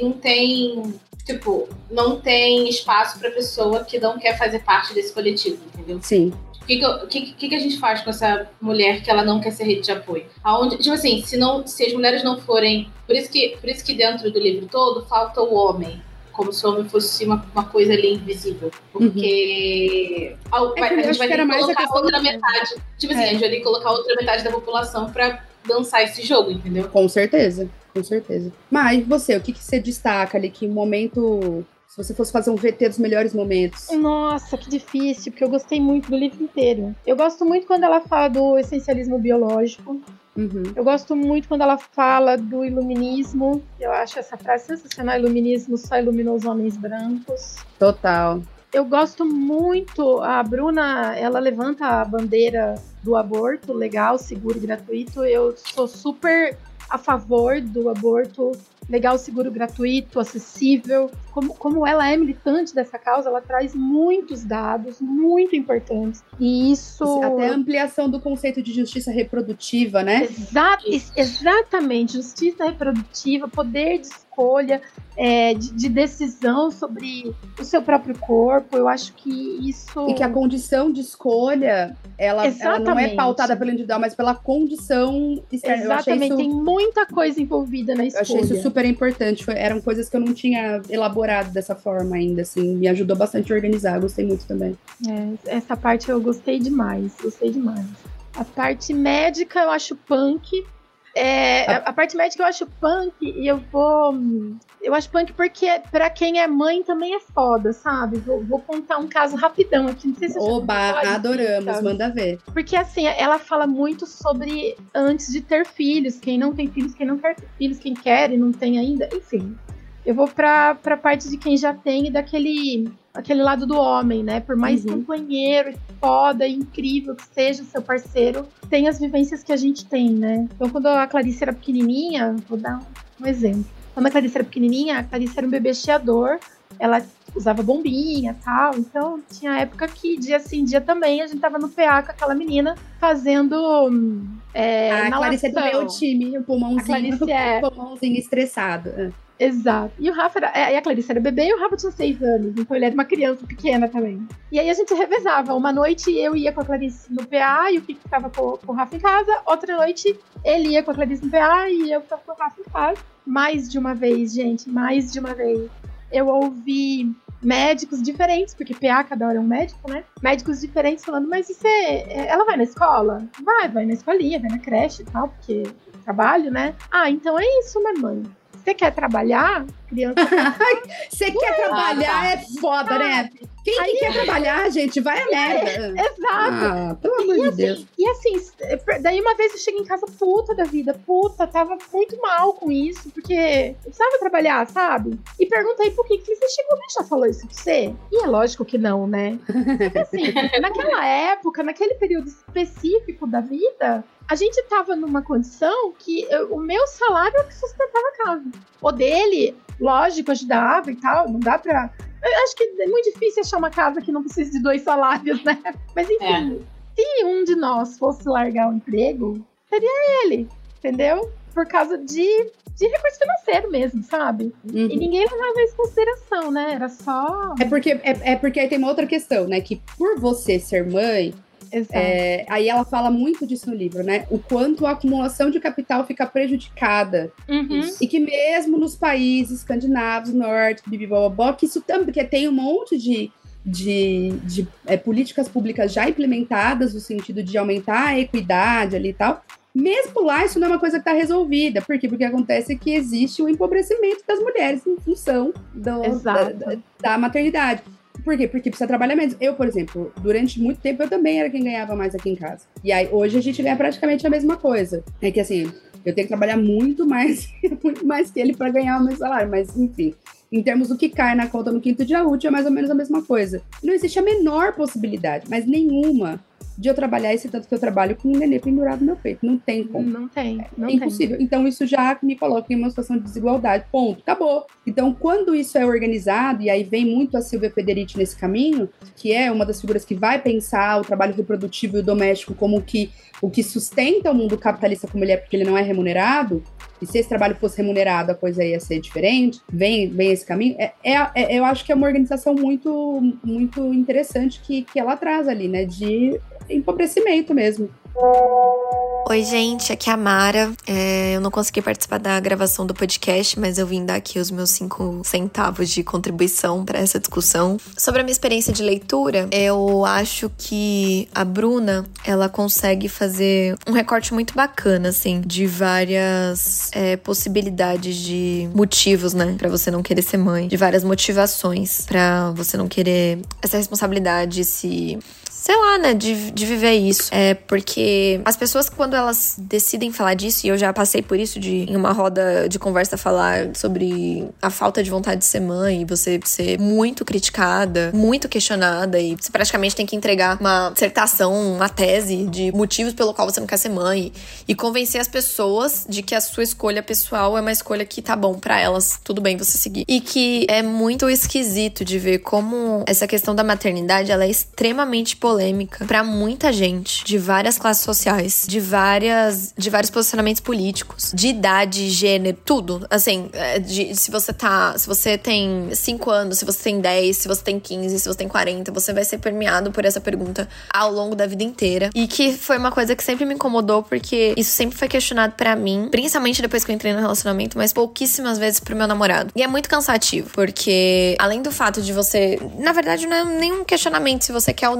não tem espaço pra pessoa que não quer fazer parte desse coletivo, entendeu? Sim. O que a gente faz com essa mulher que ela não quer ser rede de apoio? Tipo assim, se as mulheres não forem... Por isso que dentro do livro todo falta o homem. Como se o homem fosse uma coisa ali invisível. Porque a gente vai ter que colocar outra metade. Tipo assim, a gente vai ter que colocar outra metade da população pra dançar esse jogo, entendeu? Com certeza. Mas você, o que você destaca ali? Que momento... Se você fosse fazer um VT dos melhores momentos. Nossa, que difícil, porque eu gostei muito do livro inteiro. Eu gosto muito quando ela fala do essencialismo biológico. Uhum. Eu gosto muito quando ela fala do iluminismo. Eu acho essa frase sensacional. Iluminismo só ilumina os homens brancos. Total. Eu gosto muito, a Bruna, ela levanta a bandeira do aborto legal, seguro e gratuito. Eu sou super a favor do aborto legal, seguro, gratuito, acessível. Como ela é militante dessa causa, ela traz muitos dados muito importantes. E isso... Até a ampliação do conceito de justiça reprodutiva, né? Exatamente. Justiça reprodutiva, poder de escolha, de decisão sobre o seu próprio corpo. Eu acho que isso... E que a condição de escolha, ela não é pautada pelo individual, mas pela condição externa. Exatamente. Tem muita coisa envolvida na escolha. Eu achei isso super importante. Eram coisas que eu não tinha elaborado dessa forma ainda, assim. Me ajudou bastante a organizar. Gostei muito também. Essa parte eu gostei demais. A parte médica eu acho punk. A parte médica eu acho punk e eu acho punk porque pra quem é mãe também é foda, sabe? Vou contar um caso rapidão aqui, não sei se adoramos, manda ver. Porque assim, ela fala muito sobre antes de ter filhos, quem não tem filhos, quem não quer ter filhos, quem quer e não tem ainda, enfim. Eu vou pra parte de quem já tem e aquele lado do homem, né? Por mais companheiro, foda, incrível que seja o seu parceiro, tem as vivências que a gente tem, né? Então, quando a Clarice era pequenininha, vou dar um exemplo. Quando a Clarice era pequenininha, a Clarice era um bebê chiador, ela usava bombinha e tal, então tinha época que dia sim, dia também, a gente tava no PA com aquela menina fazendo a Clarice é do meu time, o pulmãozinho estressado. Exato. E o Rafa a Clarice era bebê e o Rafa tinha 6 anos, então ele era uma criança pequena também. E aí a gente revezava. Uma noite eu ia com a Clarice no PA e o Kiko ficava com o Rafa em casa. Outra noite ele ia com a Clarice no PA e eu ficava com o Rafa em casa. Mais de uma vez, gente, mais de uma vez. Eu ouvi médicos diferentes, porque PA cada hora é um médico, né? Médicos diferentes falando, mas isso ela vai na escola? Vai na escolinha, vai na creche e tal, porque trabalho, né? Então é isso, minha mãe. Você quer trabalhar? Criança. Você quer trabalhar? É foda, né? Quem quer trabalhar, gente? Vai a merda. Exato. Pelo amor de Deus. E assim, daí uma vez eu cheguei em casa puta da vida. Tava muito mal com isso, porque eu precisava trabalhar, sabe? E perguntei por que você chegou, alguém já falou isso pra você? E é lógico que não, né? Porque assim, naquela época, naquele período específico da vida, a gente tava numa condição que o meu salário era que sustentava a casa. O dele, lógico, ajudava e tal, não dá pra... Eu acho que é muito difícil achar uma casa que não precise de 2 salários, né? Mas enfim, se um de nós fosse largar o emprego, seria ele, entendeu? Por causa de recurso financeiro mesmo, sabe? E ninguém levava isso em consideração, né? Era só... É porque aí tem uma outra questão, né? Que por você ser mãe... aí ela fala muito disso no livro, né? O quanto a acumulação de capital fica prejudicada. E que mesmo nos países escandinavos, norte, que isso também, porque tem um monte de políticas públicas já implementadas no sentido de aumentar a equidade ali e tal. Mesmo lá, isso não é uma coisa que está resolvida. Por quê? Porque acontece que existe o empobrecimento das mulheres em função da maternidade. Por quê? Porque precisa trabalhar menos. Eu, por exemplo, durante muito tempo, eu também era quem ganhava mais aqui em casa. E aí, hoje, a gente ganha praticamente a mesma coisa. É que, assim, eu tenho que trabalhar muito mais que ele para ganhar o meu salário. Mas, enfim, em termos do que cai na conta no 5º dia útil, é mais ou menos a mesma coisa. Não existe a menor possibilidade, mas nenhuma, de eu trabalhar esse tanto que eu trabalho com um nenê pendurado no meu peito. Não tem como. Não tem. É impossível. Então, isso já me coloca em uma situação de desigualdade. Ponto. Acabou. Então, quando isso é organizado, e aí vem muito a Silvia Federici nesse caminho, que é uma das figuras que vai pensar o trabalho reprodutivo e o doméstico como o que sustenta o mundo capitalista como ele é, porque ele não é remunerado, e se esse trabalho fosse remunerado, a coisa ia ser diferente, vem esse caminho. Eu acho que é uma organização muito, muito interessante que ela traz ali, né, de empobrecimento mesmo. Oi, gente, aqui é a Mara. Eu não consegui participar da gravação do podcast, mas eu vim dar aqui os meus 5 centavos de contribuição para essa discussão. Sobre a minha experiência de leitura, eu acho que a Bruna, ela consegue fazer um recorte muito bacana, assim, de várias possibilidades de motivos, né, para você não querer ser mãe, de várias motivações para você não querer essa responsabilidade, sei lá, né, de viver isso. Porque as pessoas, quando elas decidem falar disso, e eu já passei por isso, em uma roda de conversa falar sobre a falta de vontade de ser mãe, e você ser muito criticada, muito questionada, e você praticamente tem que entregar uma dissertação, uma tese de motivos pelo qual você não quer ser mãe, e convencer as pessoas de que a sua escolha pessoal é uma escolha que tá bom pra elas, tudo bem você seguir. E que é muito esquisito de ver como essa questão da maternidade, ela é extremamente polêmica pra muita gente, de várias classes sociais, de vários posicionamentos políticos, de idade, gênero, tudo. Assim, se você tem 5 anos, se você tem 10, se você tem 15, se você tem 40, você vai ser permeado por essa pergunta ao longo da vida inteira. E que foi uma coisa que sempre me incomodou, porque isso sempre foi questionado pra mim, principalmente depois que eu entrei no relacionamento, mas pouquíssimas vezes pro meu namorado. E é muito cansativo, porque além do fato de você... Na verdade, não é nenhum questionamento se você quer ou não.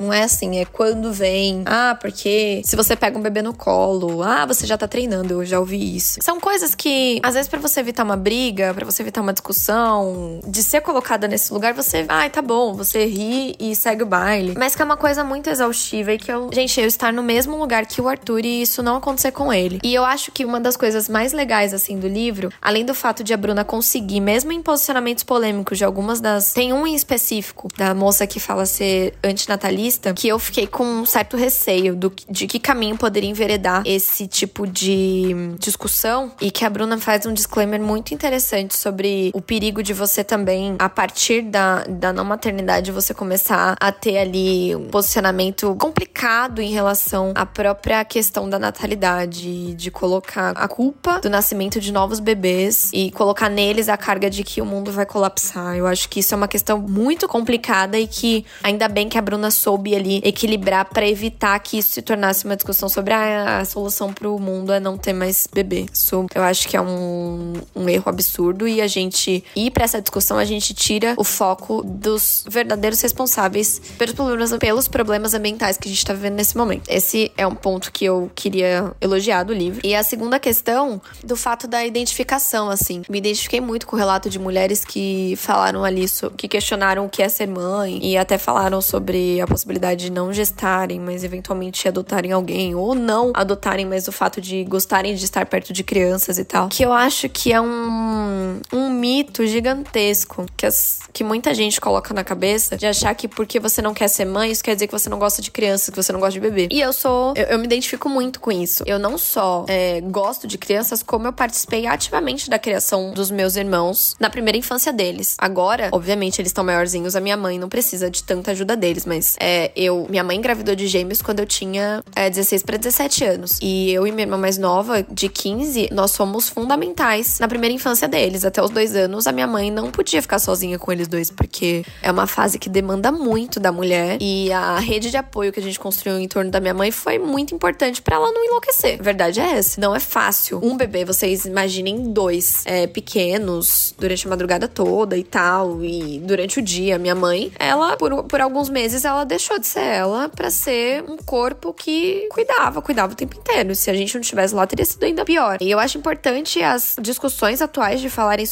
Não é assim, é quando vem. Porque se você pega um bebê no colo, você já tá treinando, eu já ouvi isso. São coisas que, às vezes, pra você evitar uma briga, pra você evitar uma discussão, de ser colocada nesse lugar, você, tá bom, você ri e segue o baile. Mas que é uma coisa muito exaustiva e que eu estar no mesmo lugar que o Arthur e isso não acontecer com ele. E eu acho que uma das coisas mais legais, assim, do livro, além do fato de a Bruna conseguir, mesmo em posicionamentos polêmicos de algumas das... Tem um em específico, da moça que fala ser antinatalista, que eu fiquei com um certo receio de que caminho poderia enveredar esse tipo de discussão, e que a Bruna faz um disclaimer muito interessante sobre o perigo de você também, a partir da não maternidade, você começar a ter ali um posicionamento complicado em relação à própria questão da natalidade, de colocar a culpa do nascimento de novos bebês e colocar neles a carga de que o mundo vai colapsar. Eu acho que isso é uma questão muito complicada e que ainda bem que a Bruna soube ali equilibrar pra evitar que isso se tornasse uma discussão sobre a solução pro mundo é não ter mais bebê. Isso eu acho que é um erro absurdo, e a gente ir pra essa discussão, a gente tira o foco dos verdadeiros responsáveis pelos problemas ambientais que a gente tá vivendo nesse momento. Esse é um ponto que eu queria elogiar do livro. E a segunda questão, do fato da identificação, assim. Me identifiquei muito com o relato de mulheres que falaram ali, que questionaram o que é ser mãe, e até falaram sobre a possibilidade de não gestarem, mas eventualmente adotarem alguém, ou não adotarem, mas o fato de gostarem de estar perto de crianças e tal. Que eu acho que é um mito gigantesco que muita gente coloca na cabeça, de achar que porque você não quer ser mãe, isso quer dizer que você não gosta de crianças, que você não gosta de bebê. E eu me identifico muito com isso. Eu não só gosto de crianças, como eu participei ativamente da criação dos meus irmãos na primeira infância deles. Agora, obviamente, eles estão maiorzinhos, a minha mãe não precisa de tanta ajuda deles, mas minha mãe engravidou de gêmeos quando eu tinha 16 para 17 anos. E eu e minha irmã mais nova, de 15, nós fomos fundamentais na primeira infância deles. Até os 2 anos, a minha mãe não podia ficar sozinha com eles dois, porque é uma fase que demanda muito da mulher, e a rede de apoio que a gente construiu em torno da minha mãe foi muito importante pra ela não enlouquecer. A verdade é essa. Não é fácil. Um bebê, vocês imaginem 2 pequenos durante a madrugada toda e tal, e durante o dia. Minha mãe, ela, por alguns meses, ela deixou de ser ela pra ser um corpo que cuidava o tempo inteiro. Se a gente não estivesse lá, teria sido ainda pior. E eu acho importante as discussões atuais de falarem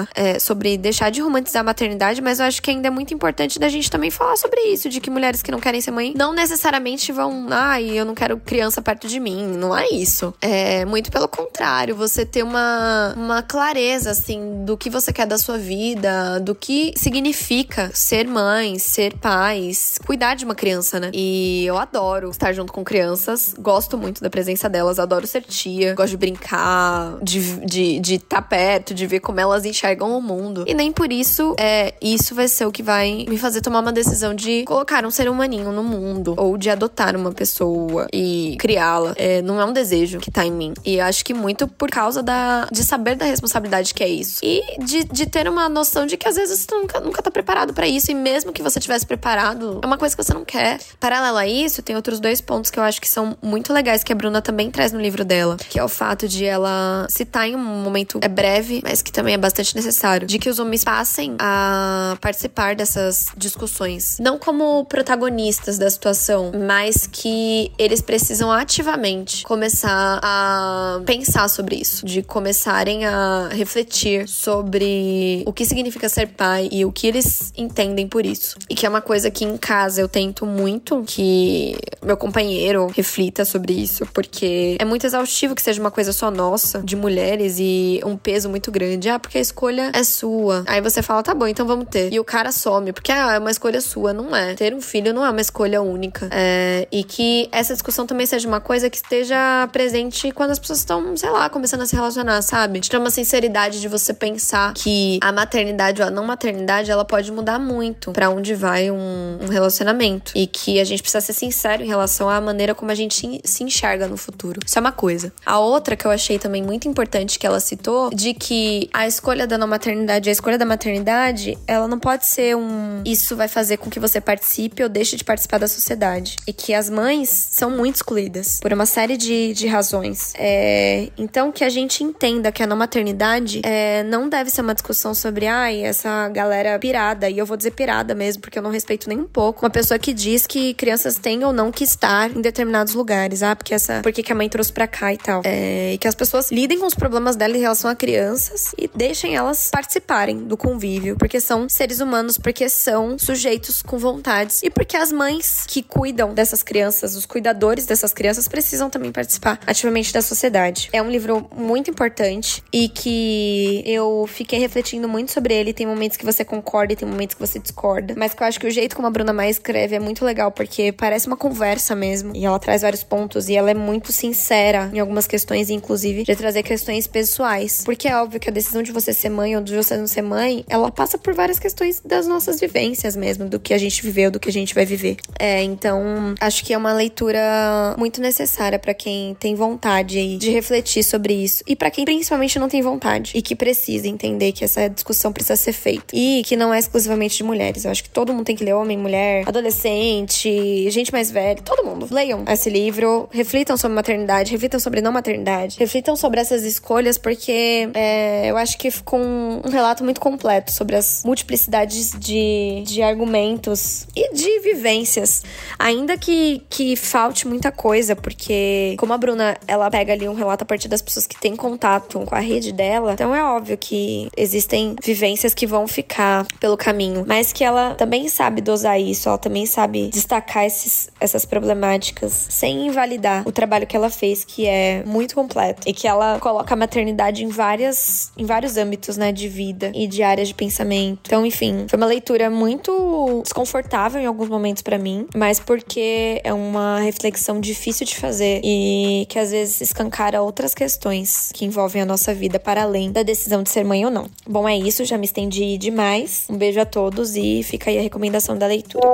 sobre deixar de romantizar a maternidade, mas eu acho que ainda é muito importante da gente também falar sobre isso, de que mulheres que não querem ser mãe não necessariamente vão, eu não quero criança perto de mim. Não é isso. É muito pelo contrário, você ter uma clareza, assim, do que você quer da sua vida, do que significa ser mãe, ser pai, cuidar de uma criança, né? E eu adoro estar junto com crianças, gosto muito da presença delas, adoro ser tia, gosto de brincar, de estar perto, de ver como elas enxergam o mundo. E nem por isso isso vai ser o que vai me fazer tomar uma decisão de colocar um ser humaninho no mundo, ou de adotar uma pessoa e criá-la. Não é um desejo que tá em mim. E acho que muito por causa de saber da responsabilidade que é isso. E de ter uma noção de que às vezes você nunca tá preparado pra isso, e mesmo que você tivesse preparado, é uma coisa que você não quer. Paralelo a isso, tem outros 2 pontos que eu acho que são muito legais, que a Bruna também traz no livro dela, que é o fato de ela citar em um momento breve, mas que também é bastante necessário, de que os homens passem a participar dessas discussões, não como protagonistas da situação, mas que eles precisam ativamente começar a pensar sobre isso, de começarem a refletir sobre o que significa ser pai e o que eles entendem por isso. E que é uma coisa que em casa eu tento muito que meu companheiro reflita sobre isso, porque é muito exaustivo que seja uma coisa só nossa, de mulheres, e um peso muito grande. Porque a escolha é sua. Aí você fala, tá bom, então vamos ter. E o cara some, porque é uma escolha sua. Não é. Ter um filho não é uma escolha única. E que essa discussão também seja uma coisa que esteja presente quando as pessoas estão, sei lá, começando a se relacionar, sabe? De ter uma sinceridade de você pensar que a maternidade ou a não maternidade, ela pode mudar muito pra onde vai um relacionamento. E que a gente precisa ser sincero em relação à maneira como a gente se enxerga no futuro. Isso é uma coisa. A outra que eu achei também muito importante que ela citou, de que a escolha da não maternidade e a escolha da maternidade, ela não pode ser isso vai fazer com que você participe ou deixe de participar da sociedade. E que as mães são muito excluídas por uma série de razões. Então que a gente entenda que a não maternidade não deve ser uma discussão sobre essa galera pirada, e eu vou dizer pirada mesmo, porque eu não respeito nem um pouco uma pessoa pessoa que diz que crianças têm ou não que estar em determinados lugares. Porque que a mãe trouxe pra cá e tal. E que as pessoas lidem com os problemas dela em relação a crianças e deixem elas participarem do convívio, porque são seres humanos, porque são sujeitos com vontades e porque as mães que cuidam dessas crianças, os cuidadores dessas crianças, precisam também participar ativamente da sociedade. É um livro muito importante e que eu fiquei refletindo muito sobre ele. Tem momentos que você concorda e tem momentos que você discorda, mas que eu acho que o jeito como a Bruna Maia escreve é muito legal, porque parece uma conversa mesmo, e ela traz vários pontos, e ela é muito sincera em algumas questões, inclusive de trazer questões pessoais, porque é óbvio que a decisão de você ser mãe ou de você não ser mãe, ela passa por várias questões das nossas vivências mesmo, do que a gente viveu, do que a gente vai viver. Então, acho que é uma leitura muito necessária pra quem tem vontade de refletir sobre isso, e pra quem principalmente não tem vontade, e que precisa entender que essa discussão precisa ser feita, e que não é exclusivamente de mulheres. Eu acho que todo mundo tem que ler, homem, mulher, adolescente, gente mais velha, todo mundo. Leiam esse livro, reflitam sobre maternidade, reflitam sobre não maternidade, reflitam sobre essas escolhas, porque eu acho que ficou um relato muito completo sobre as multiplicidades de argumentos e de vivências, ainda que falte muita coisa, porque como a Bruna, ela pega ali um relato a partir das pessoas que têm contato com a rede dela, então é óbvio que existem vivências que vão ficar pelo caminho, mas que ela também sabe dosar isso, ela também sabe destacar essas problemáticas sem invalidar o trabalho que ela fez, que é muito completo, e que ela coloca a maternidade em vários âmbitos, né, de vida e de áreas de pensamento. Então, enfim, foi uma leitura muito desconfortável em alguns momentos pra mim, mas porque é uma reflexão difícil de fazer e que às vezes escancara outras questões que envolvem a nossa vida para além da decisão de ser mãe ou não. Bom, é isso, já me estendi demais. Um beijo a todos e fica aí a recomendação da leitura.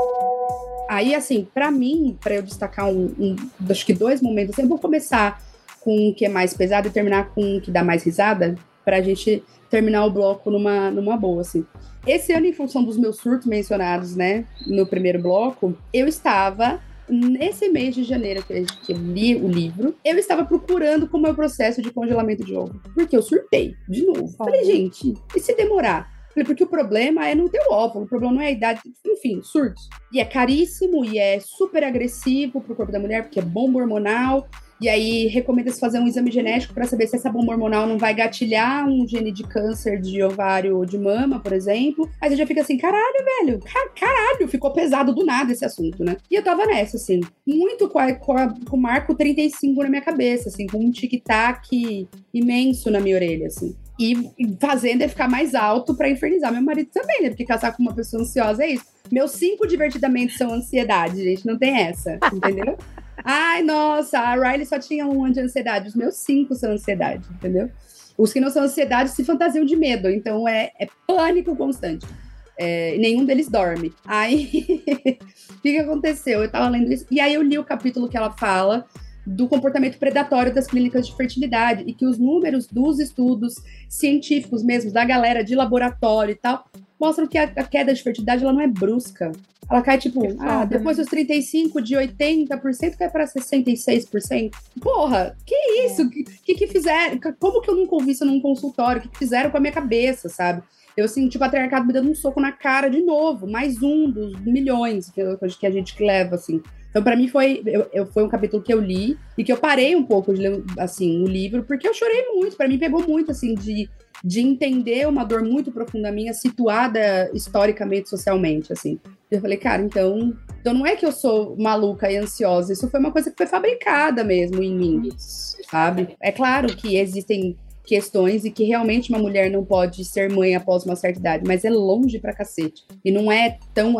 Aí, assim, pra mim, pra eu destacar acho que 2 momentos, eu vou começar com o que é mais pesado e terminar com o que dá mais risada, pra gente terminar o bloco numa boa, assim. Esse ano, em função dos meus surtos mencionados, né, no primeiro bloco, eu estava, nesse mês de janeiro que eu li o livro, eu estava procurando como é o processo de congelamento de ovo. Porque eu surtei, de novo. Falei, gente, e se demorar? Porque o problema é não ter o óvulo, o problema não é a idade, enfim, surtos. E é caríssimo e é super agressivo pro corpo da mulher, porque é bomba hormonal. E aí recomenda-se fazer um exame genético para saber se essa bomba hormonal não vai gatilhar um gene de câncer de ovário ou de mama, por exemplo. Aí você já fica assim, caralho, velho, caralho, ficou pesado do nada esse assunto, né? E eu tava nessa, assim, muito com o marco 35 na minha cabeça, assim, com um tic-tac imenso na minha orelha, assim. E fazendo ele ficar mais alto pra infernizar meu marido também, né? Porque casar com uma pessoa ansiosa é isso. Meus 5 divertidamente são ansiedade, gente, não tem essa, entendeu? Ai, nossa, a Riley só tinha 1 de ansiedade, os meus 5 são ansiedade, entendeu? Os que não são ansiedade se fantasiam de medo, então é pânico constante. Nenhum deles dorme. Aí, o que aconteceu? Eu tava lendo isso, e aí eu li o capítulo que ela fala do comportamento predatório das clínicas de fertilidade, e que os números dos estudos científicos mesmo, da galera de laboratório e tal, mostram que a queda de fertilidade ela não é brusca. Ela cai tipo, depois dos 35, de 80%, cai para 66%. Porra, que isso? Que fizeram? Como que eu nunca ouvi isso num consultório? O que fizeram com a minha cabeça, sabe? Eu senti o patriarcado me dando um soco na cara de novo. Mais um dos milhões que a gente leva, assim. Então, pra mim, foi um capítulo que eu li e que eu parei um pouco de ler, assim, o livro, porque eu chorei muito. Pra mim, pegou muito, assim, de entender uma dor muito profunda minha, situada historicamente, socialmente, assim. Eu falei, cara, então não é que eu sou maluca e ansiosa, isso foi uma coisa que foi fabricada mesmo em mim, sabe? É claro que existem questões e que realmente uma mulher não pode ser mãe após uma certa idade, mas é longe pra cacete. E não é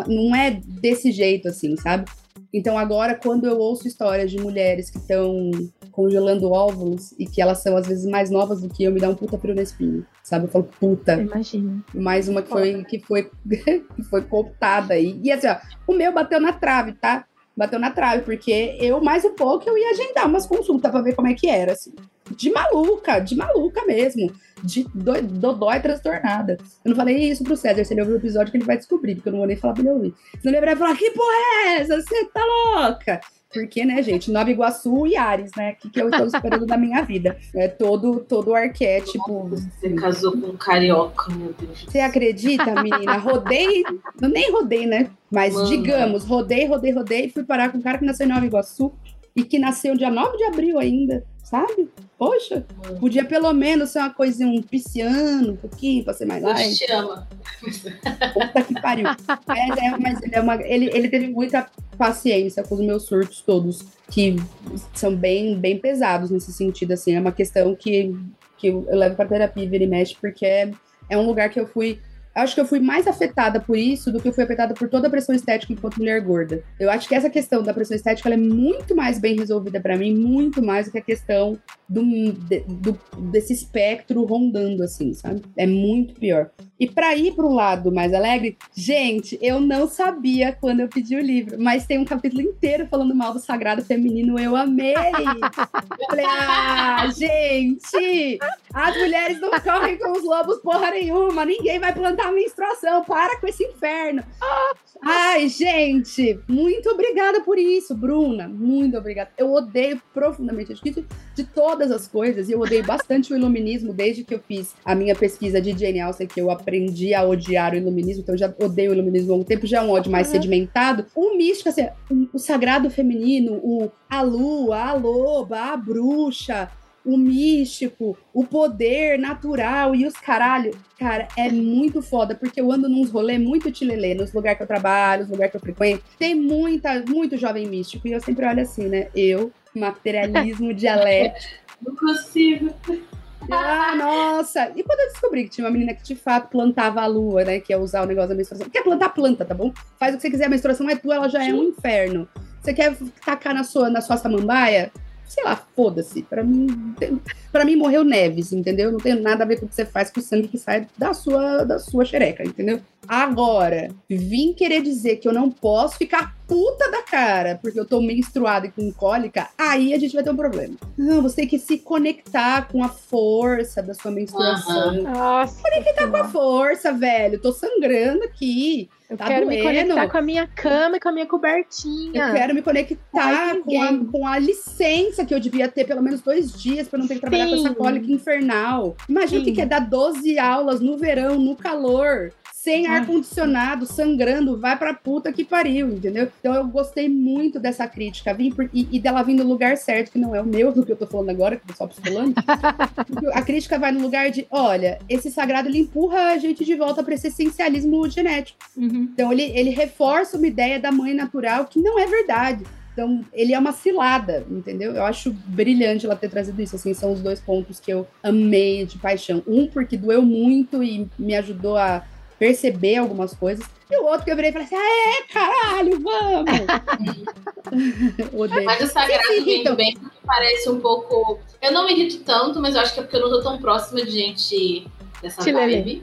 desse jeito, assim, sabe? Então agora, quando eu ouço histórias de mulheres que estão congelando óvulos e que elas são às vezes mais novas do que eu, me dá um puta frio na espinha, sabe? Eu falo, puta. Imagina. Mais uma que foi cooptada aí. E assim, ó, o meu bateu na trave, tá? Bateu na trave, porque eu, mais um pouco, eu ia agendar umas consultas pra ver como é que era, assim. de maluca mesmo. De dodói transtornada. Eu não falei isso pro César, se ele ouvir o episódio que ele vai descobrir, porque eu não vou nem falar pra ele ouvir. Senão ele vai falar, que porra é essa? Você tá louca? Porque, né, gente, Nova Iguaçu e Ares, né? O que eu estou esperando da minha vida? É todo o arquétipo. Você casou com um carioca, meu Deus. Você acredita, menina? Eu nem rodei, né? Mas, digamos, rodei e fui parar com um cara que nasceu em Nova Iguaçu e que nasceu dia 9 de abril ainda, sabe? Poxa, podia pelo menos ser uma coisinha, um pisciano, um pouquinho, pra ser mais light. Te ama. Puta que pariu. Mas ele teve muita paciência com os meus surtos todos, que são bem, bem pesados nesse sentido, assim. É uma questão que eu levo pra terapia, vira e mexe, porque é um lugar que eu fui... Acho que eu fui mais afetada por isso do que eu fui afetada por toda a pressão estética enquanto mulher gorda. Eu acho que essa questão da pressão estética ela é muito mais bem resolvida pra mim, muito mais do que a questão desse espectro rondando, assim, sabe? É muito pior. E pra ir pro lado mais alegre, gente, eu não sabia quando eu pedi o livro, mas tem um capítulo inteiro falando mal do sagrado feminino, eu amei! Eu falei, gente, as mulheres não correm com os lobos porra nenhuma, ninguém vai plantar menstruação, para com esse inferno. Ai, gente, muito obrigada por isso, Bruna, muito obrigada. Eu odeio profundamente, acho que de todas as coisas, e eu odeio bastante o iluminismo desde que eu fiz a minha pesquisa de Jane Austen, que eu aprendi a odiar o iluminismo, então eu já odeio o iluminismo há um tempo, já é um ódio mais sedimentado. O místico, assim, o sagrado feminino, a lua, a loba, a bruxa, o místico, o poder natural e os caralho, cara, é muito foda, porque eu ando nos rolês muito tilelê, nos lugares que eu trabalho, nos lugares que eu frequento, tem muito jovem místico, e eu sempre olho assim, né, materialismo dialético. Não consigo. Nossa! E quando eu descobri que tinha uma menina que de fato plantava a lua, né, que é usar o negócio da menstruação, quer plantar planta, tá bom? Faz o que você quiser, a menstruação é tua, ela já é um inferno. Você quer tacar na sua samambaia? Sei lá, foda-se. Pra mim morreu Neves, entendeu? Não tem nada a ver com o que você faz com o sangue que sai da sua xereca, entendeu? Agora, vim querer dizer que eu não posso ficar puta da cara porque eu tô menstruada e com cólica, aí a gente vai ter um problema. Não, você tem que se conectar com a força da sua menstruação. Nossa, conectar com a força, velho. Tô sangrando aqui. Eu quero me conectar com a minha cama e com a minha cobertinha. Eu quero me conectar com a licença que eu devia ter pelo menos 2 dias pra não ter que trabalhar com essa cólica infernal. Imagina o que é dar 12 aulas no verão, no calor, sem ar-condicionado, sangrando, vai pra puta que pariu, entendeu? Então eu gostei muito dessa crítica, e dela vir no lugar certo, que não é o meu, do que eu tô falando agora, que eu tô só pistolando. A crítica vai no lugar de, olha, esse sagrado, ele empurra a gente de volta pra esse essencialismo genético. Então ele reforça uma ideia da mãe natural que não é verdade. Então, ele é uma cilada, entendeu? Eu acho brilhante ela ter trazido isso, assim, são os 2 pontos que eu amei de paixão. Um, porque doeu muito e me ajudou a perceber algumas coisas. E o outro que eu virei e falei assim, caralho, vamos! Mas o sagrado vem bem, parece um pouco... Eu não me irrito tanto, mas eu acho que é porque eu não tô tão próxima de gente dessa vibe.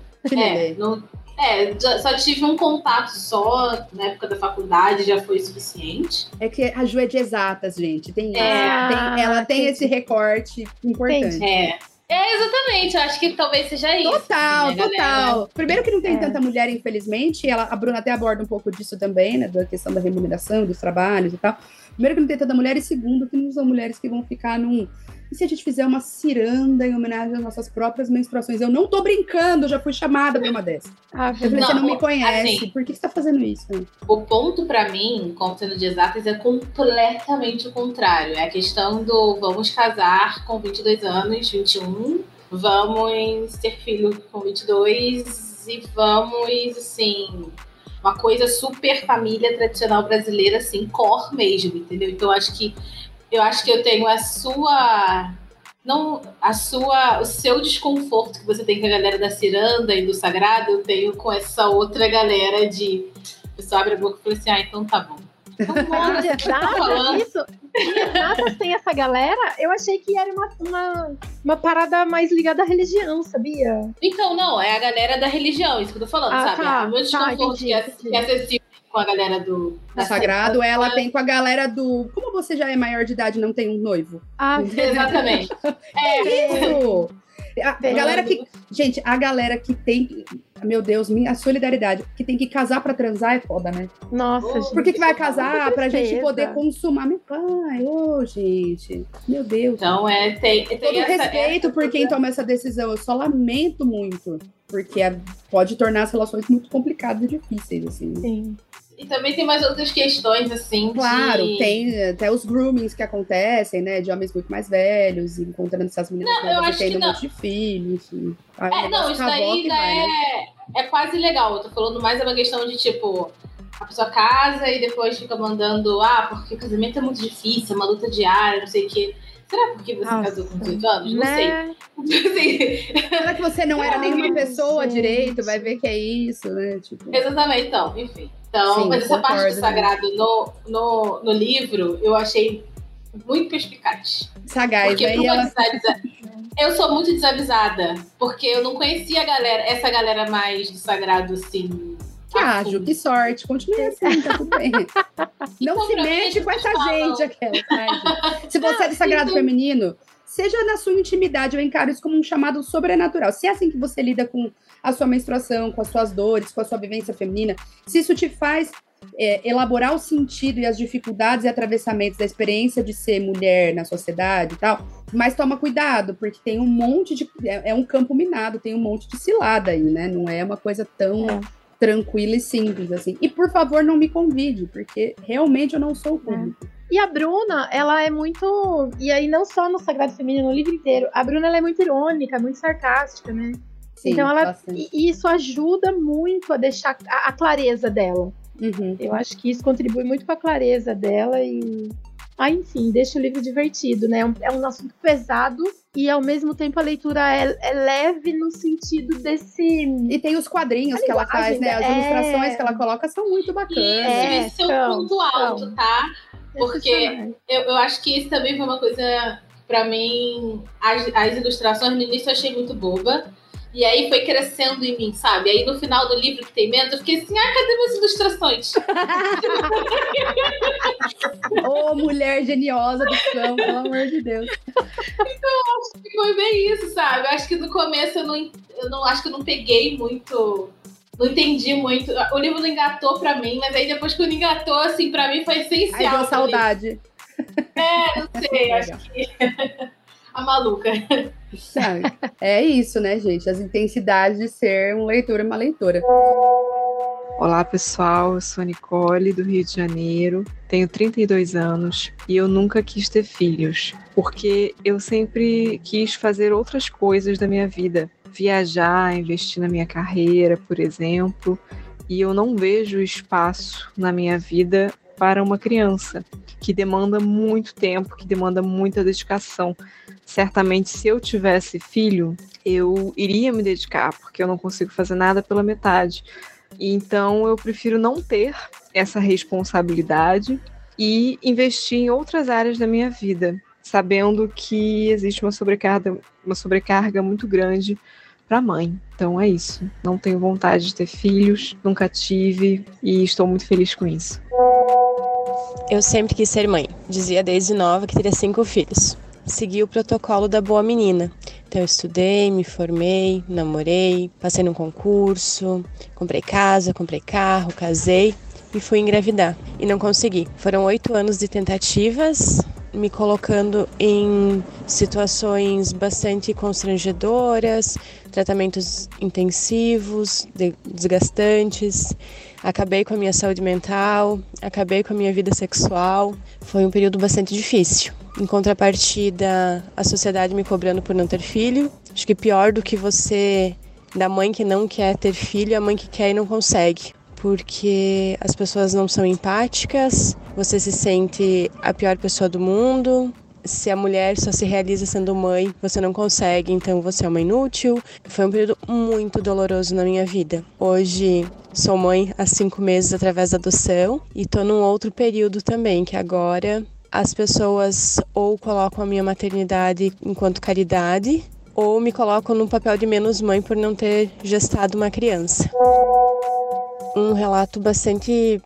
Só tive um contato só na época da faculdade, já foi suficiente. É que a Ju é de exatas, gente. Ela tem esse recorte importante. Exatamente, eu acho que talvez seja isso. Total. Primeiro que não tem tanta mulher, infelizmente, a Bruna até aborda um pouco disso também, né, da questão da remuneração, dos trabalhos e tal. Primeiro que não tem tanta mulher, e segundo que não são mulheres que vão ficar num... E se a gente fizer uma ciranda em homenagem às nossas próprias menstruações? Eu não tô brincando, eu já fui chamada pra uma dessas. Você não me conhece, assim, por que você tá fazendo isso? O ponto pra mim, como sendo de exatas, é completamente o contrário. É a questão do vamos casar com 22 anos, 21, vamos ter filho com 22 e vamos, assim... Uma coisa super família tradicional brasileira, assim, core mesmo, entendeu? Então, eu acho que eu tenho o seu desconforto que você tem com a galera da ciranda e do sagrado, eu tenho com essa outra galera de... O pessoal abre a boca e fala assim, então tá bom. Isso. Exatas tem essa galera, eu achei que era uma parada mais ligada à religião, sabia? Então, não, é a galera da religião, isso que eu tô falando, sabe? O meu desconforto que é acessível com a galera do Sagrado, ela tem com a galera do... Como você já é maior de idade e não tem um noivo? Exatamente. Isso! A galera que... Gente, a galera que tem... Meu Deus, minha solidariedade. Que tem que casar pra transar é foda, né? Nossa, gente. Por que vai casar? Pra gente poder consumar? Meu pai, gente. Meu Deus. Então, tem todo respeito por quem toma essa decisão. Eu só lamento muito. Porque pode tornar as relações muito complicadas e difíceis, assim. Sim. E também tem mais outras questões, assim. Claro, tem até os groomings que acontecem, né? De homens muito mais velhos, encontrando essas meninas novas e tendo um monte de filhos. Enfim. Isso daí ainda é quase legal. Eu tô falando mais uma questão de, tipo, a pessoa casa e depois fica mandando, porque o casamento é muito difícil, é uma luta diária, não sei o quê. Será porque você casou com 18 anos? Não sei. Será que você não era nenhuma pessoa direito? Vai ver que é isso, né? Tipo... Exatamente, então, enfim. Então, sim, mas essa parte do sagrado no livro, eu achei muito perspicaz. Sagaz, porque eu sou muito desavisada, porque eu não conhecia essa galera mais do sagrado, assim. Que sorte, continue assim, tá tudo bem. Não se mete com essa gente, aquela. Se você é do sagrado feminino, seja na sua intimidade, eu encaro isso como um chamado sobrenatural. Se é assim que você lida com a sua menstruação, com as suas dores, com a sua vivência feminina, se isso te faz elaborar o sentido e as dificuldades e atravessamentos da experiência de ser mulher na sociedade e tal, mas toma cuidado, porque tem um monte de... É um campo minado, tem um monte de cilada aí, né? Não é uma coisa tão tranquila e simples, assim. E, por favor, não me convide, porque realmente eu não sou o público. E a Bruna, ela é muito... E aí, não só no Sagrado Feminino, no livro inteiro. A Bruna, ela é muito irônica, muito sarcástica, né? Sim, então, bastante. E isso ajuda muito a deixar a clareza dela. Uhum. Eu acho que isso contribui muito com a clareza dela e... enfim, deixa o livro divertido, né? É um assunto pesado e, ao mesmo tempo, a leitura é leve no sentido desse... E tem os quadrinhos que ela faz, né? As ilustrações que ela coloca são muito bacanas. Esse é o ponto alto, tá? Porque eu acho que isso também foi uma coisa, pra mim, as ilustrações no início eu achei muito boba. E aí foi crescendo em mim, sabe? Aí no final do livro que tem menos, eu fiquei assim, cadê minhas ilustrações? Ô, mulher geniosa do cão, pelo amor de Deus. Então, eu acho que foi bem isso, sabe? Eu acho que no começo acho que eu não peguei muito, não entendi muito. O livro não engatou pra mim, mas aí depois que ele engatou, assim, pra mim foi essencial. Aí deu saudade. Não sei, acho que... A maluca. Sabe? É isso, né, gente? As intensidades de ser um leitor e uma leitora. Olá, pessoal. Eu sou a Nicole, do Rio de Janeiro. Tenho 32 anos e eu nunca quis ter filhos, porque eu sempre quis fazer outras coisas da minha vida. Viajar, investir na minha carreira, por exemplo. E eu não vejo espaço na minha vida para uma criança, que demanda muito tempo, que demanda muita dedicação. Certamente, se eu tivesse filho, eu iria me dedicar, porque eu não consigo fazer nada pela metade. Então, eu prefiro não ter essa responsabilidade e investir em outras áreas da minha vida, sabendo que existe uma sobrecarga muito grande para a mãe. Então, é isso. Não tenho vontade de ter filhos, nunca tive e estou muito feliz com isso. Eu sempre quis ser mãe. Dizia desde nova que teria 5 filhos. Segui o protocolo da boa menina. Então eu estudei, me formei, namorei, passei num concurso, comprei casa, comprei carro, casei e fui engravidar. E não consegui. Foram 8 anos de tentativas, me colocando em situações bastante constrangedoras, tratamentos intensivos, desgastantes. Acabei com a minha saúde mental, acabei com a minha vida sexual. Foi um período bastante difícil. Em contrapartida, a sociedade me cobrando por não ter filho. Acho que pior do que você, da mãe que não quer ter filho, é a mãe que quer e não consegue. Porque as pessoas não são empáticas, você se sente a pior pessoa do mundo. Se a mulher só se realiza sendo mãe, você não consegue, então você é uma inútil. Foi um período muito doloroso na minha vida. Hoje sou mãe há 5 meses através da adoção e tô num outro período também, que agora as pessoas ou colocam a minha maternidade enquanto caridade ou me colocam no papel de menos mãe por não ter gestado uma criança. Um relato bastante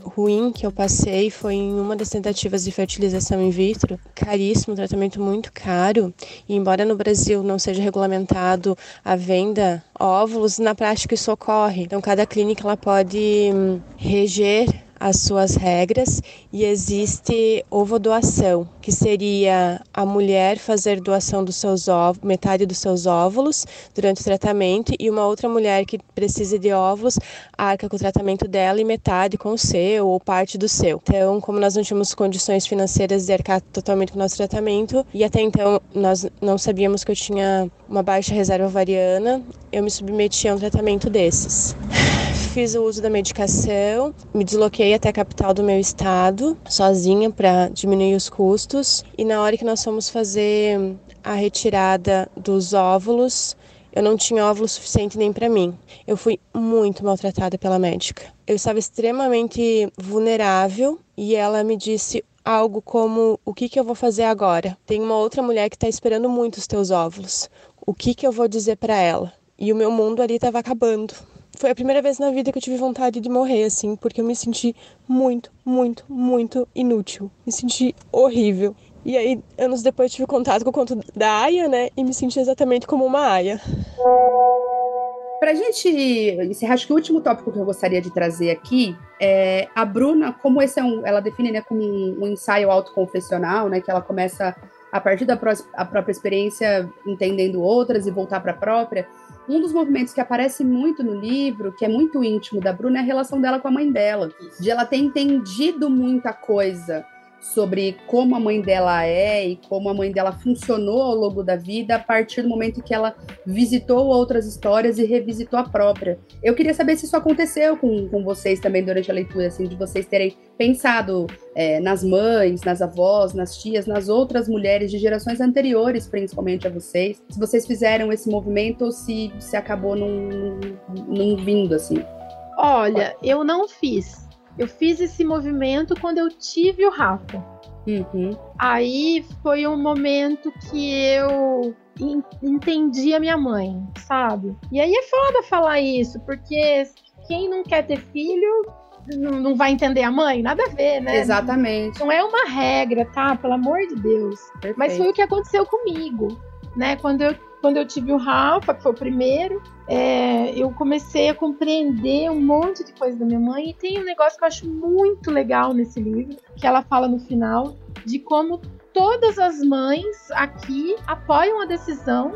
ruim que eu passei foi em uma das tentativas de fertilização in vitro. Caríssimo, tratamento muito caro. E embora no Brasil não seja regulamentado a venda óvulos, na prática isso ocorre. Então cada clínica ela pode reger as suas regras e existe ovodoação, que seria a mulher fazer doação dos seus óvulos, metade dos seus óvulos durante o tratamento, e uma outra mulher que precisa de óvulos arca com o tratamento dela e metade com o seu ou parte do seu. Então, como nós não tínhamos condições financeiras de arcar totalmente com o nosso tratamento, e até então nós não sabíamos que eu tinha uma baixa reserva ovariana, eu me submeti a um tratamento desses. Fiz o uso da medicação, me desloquei até a capital do meu estado, sozinha, para diminuir os custos. E na hora que nós fomos fazer a retirada dos óvulos, eu não tinha óvulo suficiente nem para mim. Eu fui muito maltratada pela médica. Eu estava extremamente vulnerável e ela me disse algo como: o que eu vou fazer agora? Tem uma outra mulher que está esperando muito os teus óvulos. O que eu vou dizer para ela? E o meu mundo ali estava acabando. Foi a primeira vez na vida que eu tive vontade de morrer, assim, porque eu me senti muito, muito, muito inútil. Me senti horrível. E aí, anos depois, tive contato com o conto da Aya, né? E me senti exatamente como uma Aya. Pra gente encerrar, acho que o último tópico que eu gostaria de trazer aqui é a Bruna, como esse ela define, né, como um ensaio autoconfessional, né? Que ela começa, a partir da própria experiência, entendendo outras e voltar para a própria. Um dos movimentos que aparece muito no livro, que é muito íntimo da Bruna, é a relação dela com a mãe dela. De ela ter entendido muita coisa sobre como a mãe dela é e como a mãe dela funcionou ao longo da vida, a partir do momento que ela visitou outras histórias e revisitou a própria. Eu queria saber se isso aconteceu com vocês também durante a leitura, assim, de vocês terem pensado nas mães, nas avós, nas tias, nas outras mulheres de gerações anteriores, principalmente a vocês. Se vocês fizeram esse movimento ou se acabou não vindo, assim. Olha, eu não fiz. Eu fiz esse movimento quando eu tive o Rafa. Uhum. Aí foi um momento que eu entendi a minha mãe, sabe? E aí é foda falar isso, porque quem não quer ter filho não vai entender a mãe? Nada a ver, né? Exatamente. Não é uma regra, tá? Pelo amor de Deus. Perfeito. Mas foi o que aconteceu comigo, né? Quando eu tive o Rafa, que foi o primeiro, eu comecei a compreender um monte de coisa da minha mãe. E tem um negócio que eu acho muito legal nesse livro, que ela fala no final, de como todas as mães aqui apoiam a decisão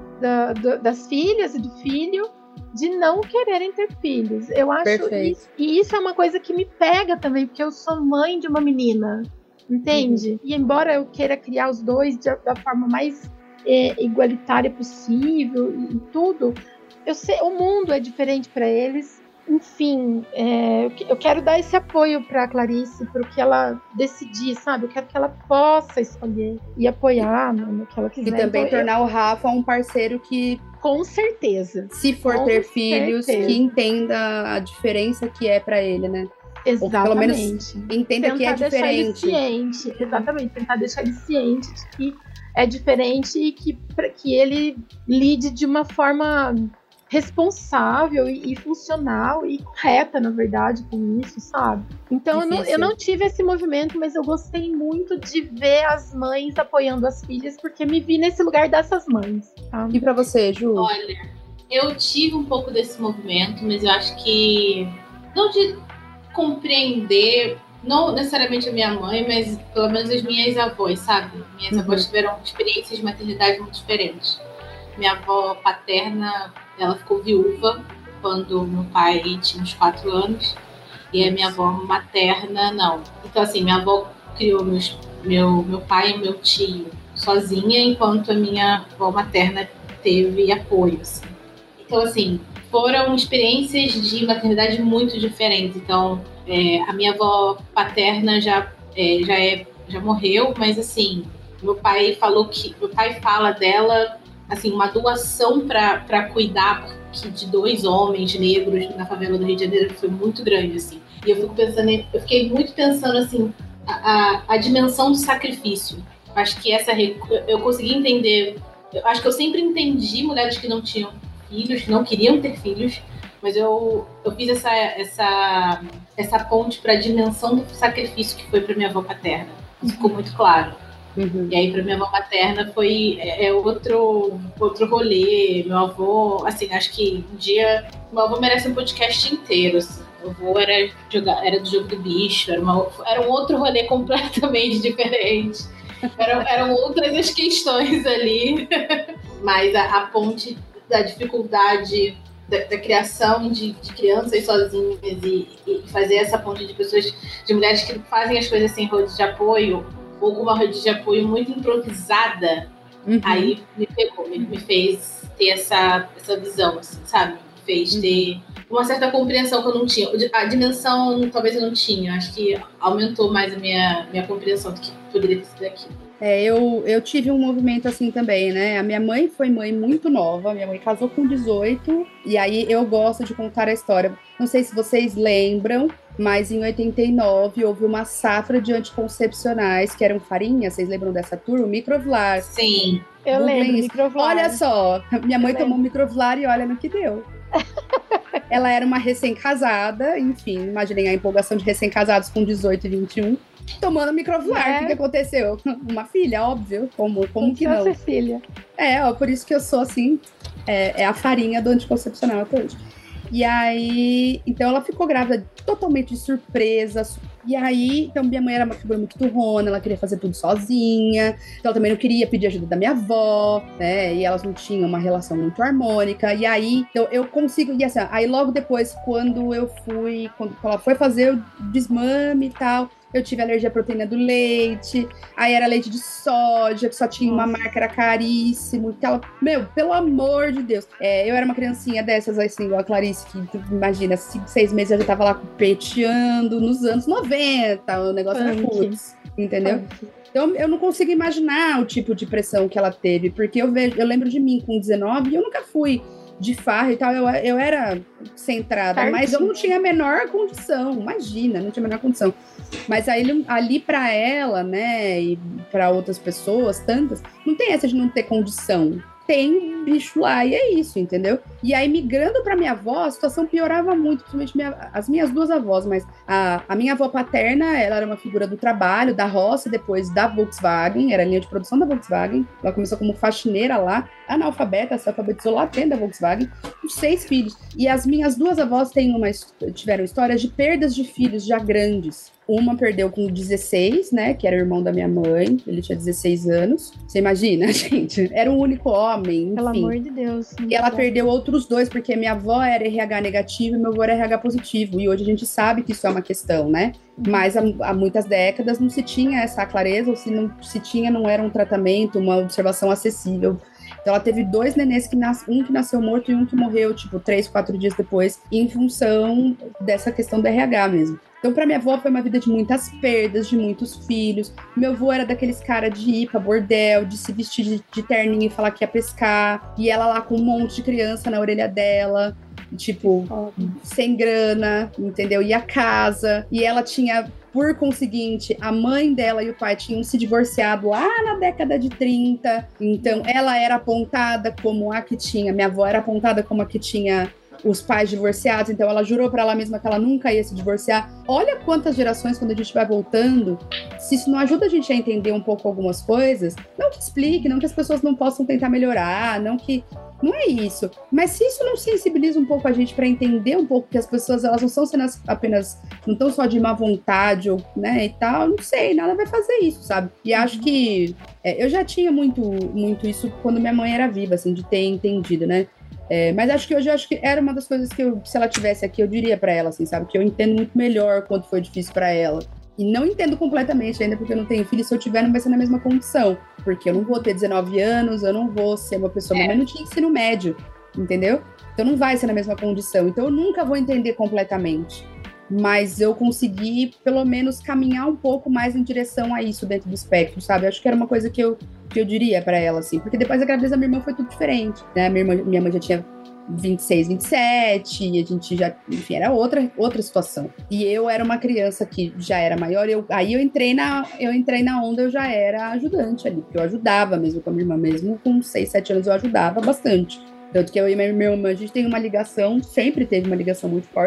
das filhas e do filho de não quererem ter filhos. Eu acho isso, e isso é uma coisa que me pega também, porque eu sou mãe de uma menina, entende? Uhum. E embora eu queira criar os dois da forma mais igualitária possível e tudo, eu sei, o mundo é diferente para eles. Enfim, eu quero dar esse apoio para Clarice, para o que ela decidir, sabe? Eu quero que ela possa escolher e apoiar no que ela quiser. E também então, tornar o Rafa um parceiro que, com certeza, se for ter filhos, que entenda a diferença que é para ele, né? Exatamente. Ou pelo menos entenda que é diferente. Exatamente, tentar deixar ele ciente de que é diferente e que ele lide de uma forma responsável e funcional e correta, na verdade, com isso, sabe? Então eu não tive esse movimento, mas eu gostei muito de ver as mães apoiando as filhas, porque me vi nesse lugar dessas mães. Tá? E pra você, Ju? Olha, eu tive um pouco desse movimento, mas eu acho que não de compreender, não necessariamente a minha mãe, mas pelo menos as minhas avós, sabe? Minhas avós tiveram experiências de maternidade muito diferentes. Minha avó paterna, ela ficou viúva quando meu pai tinha uns 4 anos, e a minha avó materna, não. Então, assim, minha avó criou meu pai e meu tio sozinha, enquanto a minha avó materna teve apoio, assim. Então, assim, foram experiências de maternidade muito diferentes. Então, a minha avó paterna já morreu, mas, assim, meu pai fala dela, assim, uma doação para cuidar de 2 homens negros na favela do Rio de Janeiro, que foi muito grande, assim. E eu fiquei muito pensando, assim, a dimensão do sacrifício. Acho que eu consegui entender. Eu acho que eu sempre entendi mulheres que não tinham filhos, que não queriam ter filhos, mas eu fiz essa essa ponte para a dimensão do sacrifício que foi para minha avó paterna. Isso ficou muito claro. E aí, para minha avó materna, foi outro rolê. Meu avô, assim, acho que um dia... Meu avô merece um podcast inteiro, assim. Meu avô era do jogo do bicho, era um outro rolê completamente diferente. Eram outras as questões ali. Mas a ponte da dificuldade da criação de crianças sozinhas e fazer essa ponte de pessoas, de mulheres que fazem as coisas sem rede de apoio, ou com uma rede de apoio muito improvisada, aí me pegou, me fez ter essa visão, assim, sabe? Me fez ter uma certa compreensão que eu não tinha. A dimensão, talvez eu não tinha. Acho que aumentou mais a minha compreensão do que poderia ter sido aqui. Eu tive um movimento assim também, né? A minha mãe foi mãe muito nova, minha mãe casou com 18, e aí eu gosto de contar a história. Não sei se vocês lembram, mas em 89 houve uma safra de anticoncepcionais que eram farinha. Vocês lembram dessa turma? Microvlar. Sim. Eu lembro, Microvlar. Olha só, minha mãe tomou Microvlar e olha no que deu. Ela era uma recém-casada, enfim, imaginem a empolgação de recém-casados com 18 e 21. Tomando Microvlar, o que aconteceu? Uma filha, óbvio, como que não? Cecília. Por isso que eu sou assim, é a farinha do anticoncepcional até hoje. E aí, então ela ficou grávida totalmente de surpresa. E aí, então minha mãe era uma figura muito turrona, ela queria fazer tudo sozinha. Então ela também não queria pedir ajuda da minha avó, né? E elas não tinham uma relação muito harmônica. E aí, então eu consigo... E assim, aí logo depois, quando ela foi fazer o desmame e tal... Eu tive alergia à proteína do leite, aí era leite de soja, que só tinha uma marca, era caríssimo. Pelo amor de Deus. Eu era uma criancinha dessas, assim, igual a Clarice, que imagina, 5, 6 meses eu já tava lá peteando nos anos 90, o negócio era putz, entendeu? Então eu não consigo imaginar o tipo de pressão que ela teve, porque eu lembro de mim com 19 e eu nunca fui de farra e tal, eu era centrada, mas eu não tinha a menor condição, imagina, não tinha a menor condição. Mas aí, ali pra ela, né, e pra outras pessoas, tantas, não tem essa de não ter condição. Tem bicho lá e é isso, entendeu? E aí, migrando pra minha avó, a situação piorava muito, principalmente as minhas duas avós, mas a minha avó paterna, ela era uma figura do trabalho, da roça, depois da Volkswagen, era a linha de produção da Volkswagen, ela começou como faxineira lá, analfabeta, se alfabetizou lá dentro da Volkswagen, com 6 filhos. E as minhas duas avós tiveram histórias de perdas de filhos já grandes. Uma perdeu com 16, né, que era o irmão da minha mãe, ele tinha 16 anos. Você imagina, gente? Era o único homem, enfim. Pelo amor de Deus. E ela perdeu outros 2, porque minha avó era RH negativo e meu avô era RH positivo. E hoje a gente sabe que isso é uma questão, né? Mas há muitas décadas não se tinha essa clareza, ou se tinha, não era um tratamento, uma observação acessível. Então ela teve 2 nenês, um que nasceu morto e um que morreu, 3, 4 dias depois, em função dessa questão do RH mesmo. Então, pra minha avó, foi uma vida de muitas perdas, de muitos filhos. Meu avô era daqueles caras de ir pra bordel, de se vestir de terninho e falar que ia pescar. E ela lá com um monte de criança na orelha dela, sem grana, entendeu? E a casa. E ela tinha, por conseguinte, a mãe dela e o pai tinham se divorciado lá na década de 30. Então, ela era apontada como a que tinha... Minha avó era apontada como a que tinha... os pais divorciados, então ela jurou pra ela mesma que ela nunca ia se divorciar. Olha quantas gerações, quando a gente vai voltando, se isso não ajuda a gente a entender um pouco algumas coisas, não que explique, não que as pessoas não possam tentar melhorar, não é isso, mas se isso não sensibiliza um pouco a gente pra entender um pouco que as pessoas, elas não são sendo apenas, não estão só de má vontade, ou, né, e tal, não sei, nada vai fazer isso, sabe? E acho que eu já tinha muito isso quando minha mãe era viva, assim, de ter entendido, né? Mas acho que hoje era uma das coisas que se ela tivesse aqui, eu diria pra ela, assim, sabe? Que eu entendo muito melhor quanto foi difícil pra ela. E não entendo completamente ainda, porque eu não tenho filho. Se eu tiver, não vai ser na mesma condição. Porque eu não vou ter 19 anos, eu não vou ser uma pessoa... Minha mãe não tinha ensino médio, entendeu? Então não vai ser na mesma condição. Então eu nunca vou entender completamente. Mas eu consegui, pelo menos, caminhar um pouco mais em direção a isso dentro do espectro, sabe? Acho que era uma coisa que eu diria pra ela, assim. Porque depois da gravidez da minha irmã foi tudo diferente, né? Minha mãe já tinha 26, 27, e a gente já... Enfim, era outra situação. E eu era uma criança que já era maior, aí eu entrei na onda, eu já era ajudante ali, porque eu ajudava mesmo com a minha irmã, mesmo com 6, 7 anos eu ajudava bastante. Tanto que eu e minha irmã, a gente tem uma ligação, sempre teve uma ligação muito forte.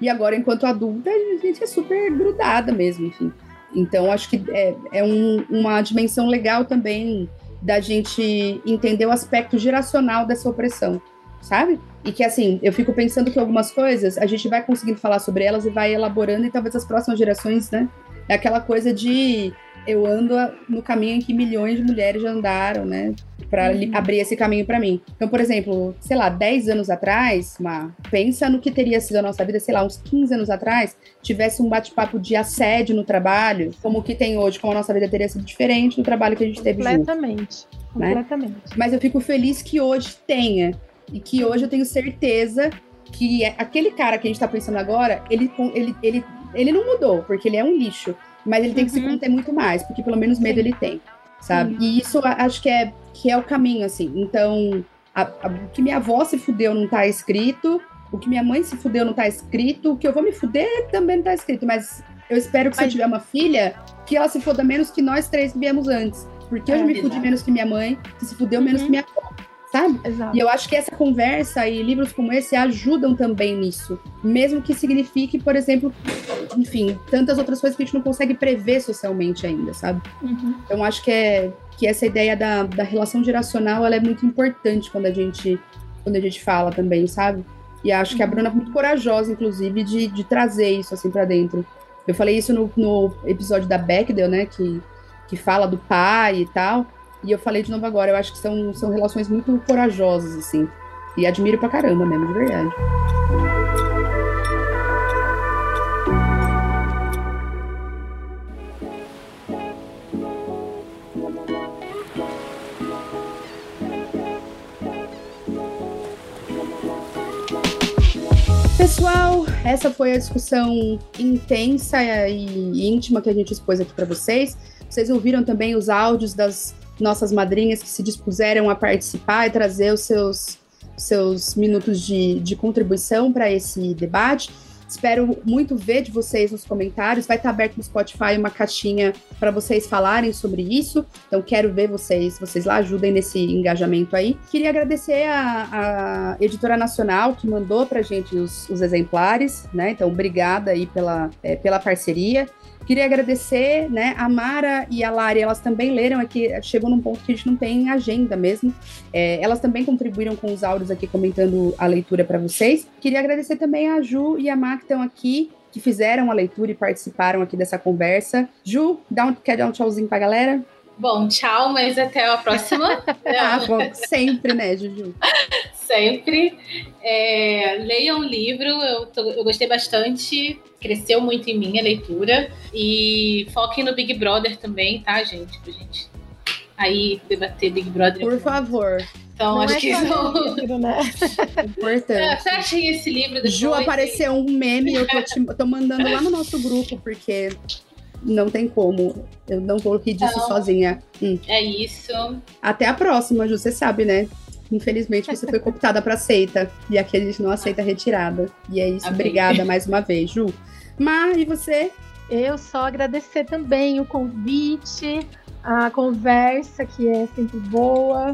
E agora, enquanto adulta, a gente é super grudada mesmo, enfim. Então, acho que é uma dimensão legal também da gente entender o aspecto geracional dessa opressão, sabe? E que, assim, eu fico pensando que algumas coisas a gente vai conseguindo falar sobre elas e vai elaborando, e talvez as próximas gerações, né? É aquela coisa de eu ando no caminho em que milhões de mulheres já andaram, né? Para abrir esse caminho para mim. Então, por exemplo, sei lá, 10 anos atrás, pensa no que teria sido a nossa vida, sei lá, uns 15 anos atrás, tivesse um bate-papo de assédio no trabalho, como o que tem hoje, como a nossa vida teria sido diferente do trabalho que a gente teve junto. Completamente. Mas eu fico feliz que hoje tenha, e que hoje eu tenho certeza que aquele cara que a gente tá pensando agora, ele não mudou, porque ele é um lixo, mas ele tem que se conter muito mais, porque pelo menos medo ele tem, sabe? E isso acho que é o caminho, assim. Então, o que minha avó se fudeu não tá escrito, o que minha mãe se fudeu não tá escrito, o que eu vou me fuder também não tá escrito, mas eu espero que se eu tiver uma filha, que ela se foda menos que nós três que viemos antes, porque eu já me fudi menos que minha mãe, que se fudeu menos que minha avó. Sabe? Exato. E eu acho que essa conversa e livros como esse ajudam também nisso. Mesmo que signifique, por exemplo, enfim, tantas outras coisas que a gente não consegue prever socialmente ainda, sabe? Então acho que essa ideia da relação geracional, ela é muito importante quando a gente fala também, sabe? E acho que a Bruna é muito corajosa, inclusive, de trazer isso assim pra dentro. Eu falei isso no episódio da Bechdel, né? Que fala do pai e tal. E eu falei de novo agora, eu acho que são relações muito corajosas, assim. E admiro pra caramba mesmo, de verdade. Pessoal, essa foi a discussão intensa e íntima que a gente expôs aqui pra vocês. Vocês ouviram também os áudios das nossas madrinhas que se dispuseram a participar e trazer os seus minutos de contribuição para esse debate. Espero muito ver de vocês nos comentários. Vai estar aberto no Spotify uma caixinha para vocês falarem sobre isso. Então, quero ver vocês lá, ajudem nesse engajamento aí. Queria agradecer a Editora Nacional, que mandou para a gente os exemplares, né? Então, obrigada aí pela parceria. Queria agradecer, né, a Mara e a Lari, elas também leram aqui, chegou num ponto que a gente não tem agenda mesmo, elas também contribuíram com os áudios aqui, comentando a leitura para vocês. Queria agradecer também a Ju e a Má, que estão aqui, que fizeram a leitura e participaram aqui dessa conversa. Ju, quer dar um tchauzinho pra galera? Bom, tchau, mas até a próxima. Bom, sempre, né, Juju? Sempre. Leiam um livro, eu gostei bastante, cresceu muito em mim a leitura. E foquem no Big Brother também, tá, gente? Pra gente aí debater Big Brother. Por favor. Então, não acho que são... livro, né? Importante. Fechem esse livro depois. Ju, apareceu um meme, eu tô mandando lá no nosso grupo, porque não tem como. Eu não vou rir disso sozinha. É isso. Até a próxima, Ju, você sabe, né? Infelizmente, você foi cooptada pra seita. E aqui a gente não aceita retirada. E é isso. Obrigada mais uma vez, Ju. Mar, e você? Eu só agradecer também o convite, a conversa, que é sempre boa,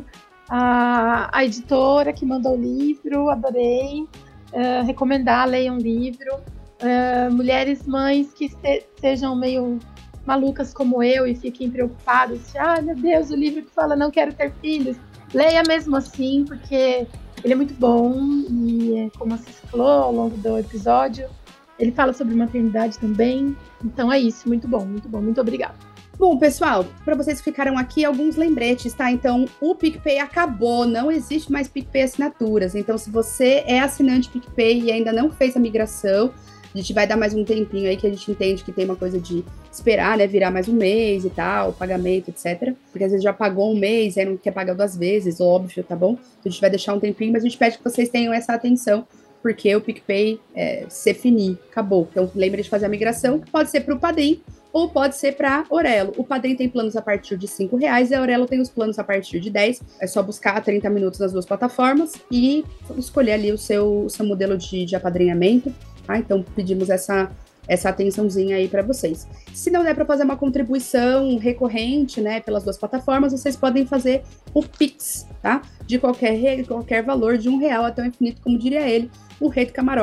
a editora que mandou o livro, adorei. Recomendar, leiam um livro. Mulheres mães que sejam meio malucas como eu e fiquem preocupadas. Meu Deus, o livro que fala não quero ter filhos. Leia mesmo assim, porque ele é muito bom e, como você falou ao longo do episódio, ele fala sobre maternidade também. Então é isso, muito bom, muito obrigada. Bom, pessoal, para vocês que ficaram aqui, alguns lembretes, tá? Então, o PicPay acabou, não existe mais PicPay assinaturas. Então, se você é assinante PicPay e ainda não fez a migração, a gente vai dar mais um tempinho aí, que a gente entende que tem uma coisa de esperar, né, virar mais um mês e tal, pagamento, etc. Porque às vezes já pagou um mês, aí não quer pagar 2 vezes, óbvio, tá bom? Então a gente vai deixar um tempinho, mas a gente pede que vocês tenham essa atenção, porque o PicPay se finir, acabou. Então lembre de fazer a migração, que pode ser para o Padrim ou pode ser para Orelo. O Padrim tem planos a partir de R$5 e a Orelo tem os planos a partir de 10. É só buscar 30 minutos nas 2 plataformas e escolher ali o seu modelo de apadrinhamento. Tá? Então, pedimos essa atençãozinha aí para vocês. Se não der para fazer uma contribuição recorrente, né, pelas 2 plataformas, vocês podem fazer o Pix, tá? De qualquer valor, de R$1 até o infinito, como diria ele, o rei do camarote,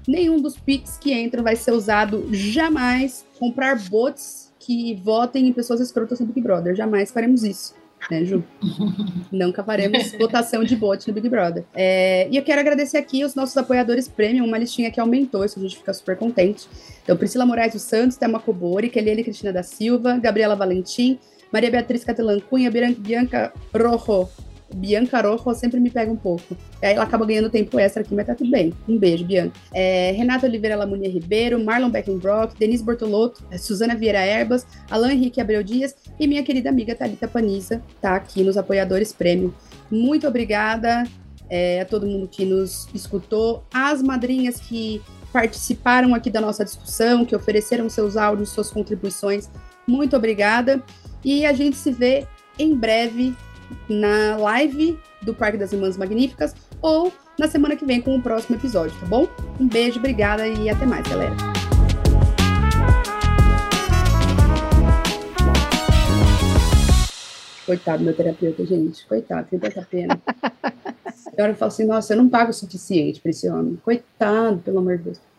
nenhum dos Pix que entram vai ser usado jamais comprar bots que votem em pessoas escrotas no Big Brother. Jamais faremos isso. Né, Ju? Nunca faremos votação de bot no Big Brother. E eu quero agradecer aqui os nossos apoiadores premium, uma listinha que aumentou, isso a gente fica super contente. Então, Priscila Moraes dos Santos, Thelma Cobori, Keliane Cristina da Silva, Gabriela Valentim, Maria Beatriz Catelan Cunha, Bianca Rojo, sempre me pega um pouco. Aí ela acaba ganhando tempo extra aqui, mas tá tudo bem. Um beijo, Bianca. Renata Oliveira Lamunia Ribeiro, Marlon Beckenbrock, Denise Bortolotto, Suzana Vieira Erbas, Alan Henrique Abreu Dias e minha querida amiga Thalita Paniza, tá aqui nos apoiadores prêmio. Muito obrigada a todo mundo que nos escutou, as madrinhas que participaram aqui da nossa discussão, que ofereceram seus áudios, suas contribuições. Muito obrigada. E a gente se vê em breve na live do Parque das Irmãs Magníficas ou na semana que vem com o próximo episódio, tá bom? Um beijo, obrigada e até mais, galera. Coitado meu terapeuta, gente. Coitado, tem tanta pena. A hora eu falo assim, nossa, eu não pago o suficiente pra esse homem. Coitado, pelo amor de Deus.